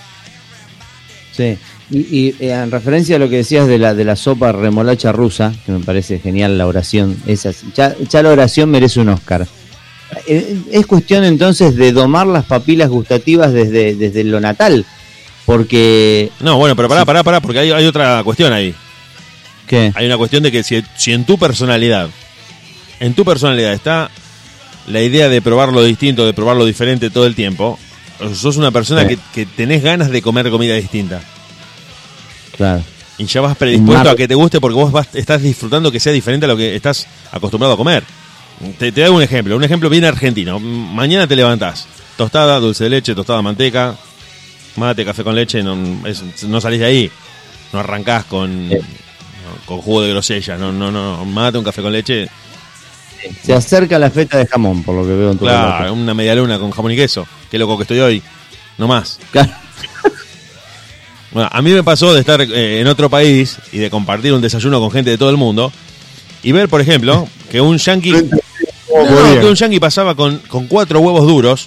Sí. Y en referencia a lo que decías de la sopa remolacha rusa, que me parece genial la oración, ya la oración merece un Oscar. Es cuestión entonces de domar las papilas gustativas desde lo natal, porque... No, bueno, pero pará, porque hay otra cuestión ahí. ¿Qué? Hay una cuestión de que si en tu personalidad está la idea de probar lo distinto, de probar lo diferente todo el tiempo, sos una persona que tenés ganas de comer comida distinta. Claro. Y ya vas predispuesto a que te guste porque vos estás disfrutando que sea diferente a lo que estás acostumbrado a comer. Te doy un ejemplo bien argentino. Mañana te levantás, tostada, dulce de leche, tostada, manteca, mate, café con leche, no salís de ahí. No arrancás con jugo de grosella, no, mate, un café con leche. Se acerca la feta de jamón, por lo que veo en tu relato. Claro, una media luna con jamón y queso. Qué loco que estoy hoy. No más. Claro. Bueno, a mí me pasó de estar en otro país y de compartir un desayuno con gente de todo el mundo y ver, por ejemplo, que un yanqui pasaba con 4 huevos duros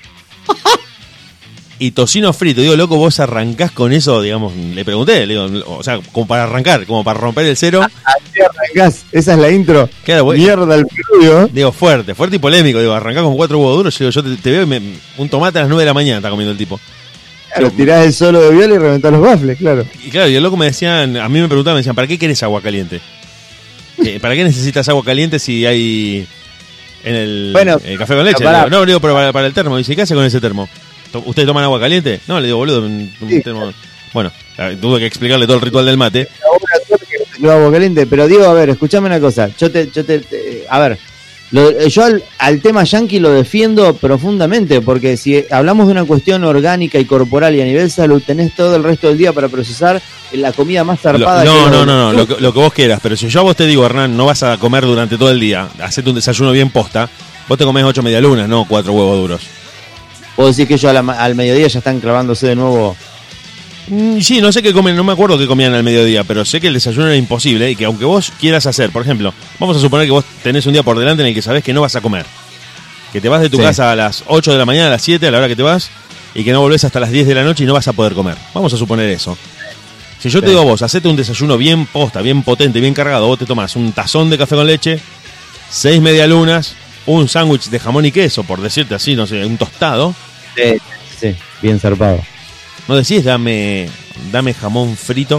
y tocino frito. Digo, loco, vos arrancás con eso, digamos, le pregunté, le digo, o sea, como para arrancar, como para romper el cero. Así arrancás, esa es la intro. Claro, mierda el preludio. Digo, fuerte y polémico, digo, arrancás con 4 huevos duros, yo te veo un tomate a las 9 de la mañana está comiendo el tipo. Claro, tirás el solo de viola y reventás los baffles, claro. Y claro, y el loco me decían, a mí me preguntaban, me decían, ¿para qué querés agua caliente? ¿Para qué necesitas agua caliente si hay en el café con leche? No, le digo, pero para el termo. Dice, ¿qué hace con ese termo? ¿Ustedes toman agua caliente? No, le digo, boludo, un termo. Bueno, tuve que explicarle todo el ritual del mate. Agua caliente, pero Diego, a ver, escuchame una cosa. A ver, yo al tema yankee lo defiendo profundamente, porque si hablamos de una cuestión orgánica y corporal y a nivel salud, tenés todo el resto del día para procesar la comida más zarpada. No, lo que vos quieras, pero si yo a vos te digo, Hernán, no vas a comer durante todo el día, hacete un desayuno bien posta, vos te comés 8 medialunas, no 4 huevos duros. ¿Vos decís que ellos al mediodía ya están clavándose de nuevo? Sí, no sé qué comen, no me acuerdo qué comían al mediodía, pero sé que el desayuno era imposible y que aunque vos quieras hacer, por ejemplo, vamos a suponer que vos tenés un día por delante en el que sabés que no vas a comer, que te vas de tu casa a las 8 de la mañana, a las 7, a la hora que te vas, y que no volvés hasta las 10 de la noche y no vas a poder comer. Vamos a suponer eso. Si yo te digo a vos, hacete un desayuno bien posta, bien potente, bien cargado, vos te tomás un tazón de café con leche, 6 medialunas, un sándwich de jamón y queso, por decirte así, no sé, un tostado. Sí, bien zarpado. ¿No decís dame jamón frito,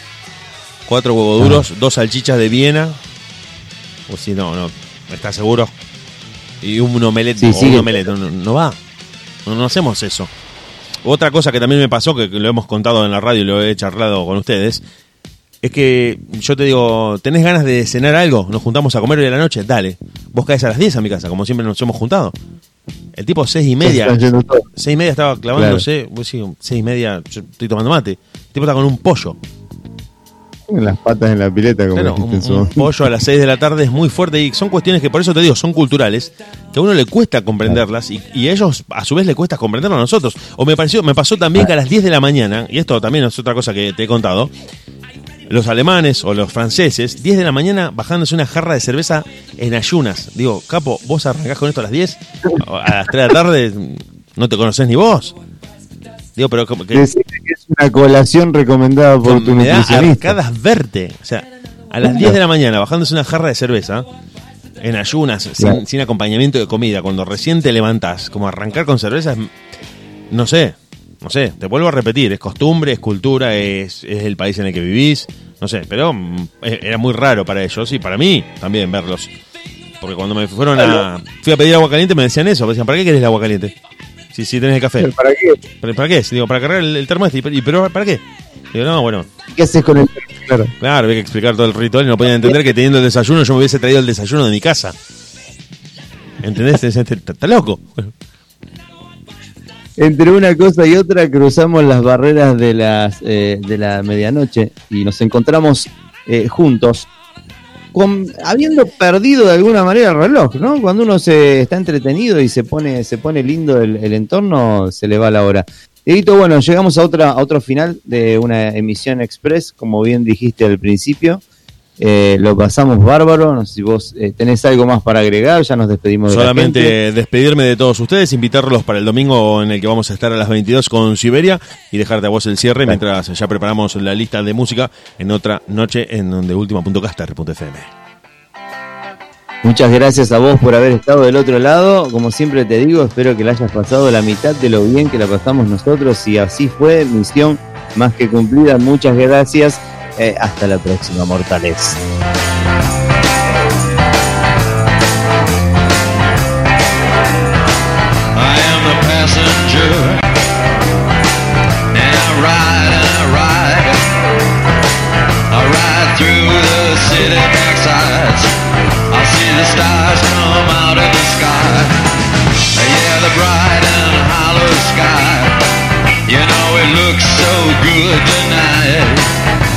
4 huevos duros, 2 salchichas de Viena? O si no, ¿estás seguro? Y un omelette, un omelette, no va. No hacemos eso. Otra cosa que también me pasó, que lo hemos contado en la radio y lo he charlado con ustedes, es que yo te digo, ¿tenés ganas de cenar algo? Nos juntamos a comer hoy a la noche, dale. Vos caes a las 10 a mi casa, como siempre nos hemos juntado. El tipo 6:30. 6:30 estaba clavándose. Claro. Sí, 6:30 yo estoy tomando mate. El tipo está con un pollo. En las patas en la pileta, como dijiste un pollo a las 6 de la tarde es muy fuerte. Y son cuestiones que, por eso te digo, son culturales, que a uno le cuesta comprenderlas y a ellos a su vez le cuesta comprenderlo a nosotros. O me pasó también que a las 10 de la mañana, y esto también es otra cosa que te he contado, los alemanes o los franceses, 10 de la mañana bajándose una jarra de cerveza en ayunas. Digo, capo, vos arrancás con esto a las 10, a las 3 de la tarde no te conocés ni vos. Digo, pero como que decir que es una colación recomendada por tu nutricionista. Me da arcadas verte. O sea, a las 10 de la mañana bajándose una jarra de cerveza en ayunas, sin acompañamiento de comida, cuando recién te levantás, como arrancar con cerveza, no sé, te vuelvo a repetir, es costumbre, es cultura, es el país en el que vivís, no sé, pero era muy raro para ellos y para mí también verlos. Porque cuando me fui a pedir agua caliente me decían eso, me decían, ¿para qué querés el agua caliente? Si tenés el café. ¿Para qué? ¿Para qué? Digo, para cargar el termo este. ¿Pero para qué? Digo, no, bueno. ¿Qué haces con el termo? Claro, había que explicar todo el ritual y no podían entender que teniendo el desayuno yo me hubiese traído el desayuno de mi casa. ¿Entendés? Está loco. Entre una cosa y otra cruzamos las barreras de la medianoche y nos encontramos juntos, habiendo perdido de alguna manera el reloj, ¿no? Cuando uno se está entretenido y se pone lindo el entorno, se le va la hora. Dieguito, bueno, llegamos a otro final de una emisión express, como bien dijiste al principio. Lo pasamos bárbaro. No sé si vos tenés algo más para agregar. Ya nos despedimos de solamente la gente. Despedirme de todos ustedes, invitarlos para el domingo en el que vamos a estar a las 22 con Siberia y dejarte a vos el cierre mientras ya preparamos la lista de música en otra noche en donde ultima.caster.fm. Muchas gracias a vos por haber estado del otro lado. Como siempre te digo, espero que la hayas pasado la mitad de lo bien que la pasamos nosotros. Y así fue, misión más que cumplida. Muchas gracias. Hasta la próxima, mortales. I am the passenger, and I ride through the city backsides. I see the stars come out of the sky. Yeah, the bright and hollow sky. You know it looks so good tonight.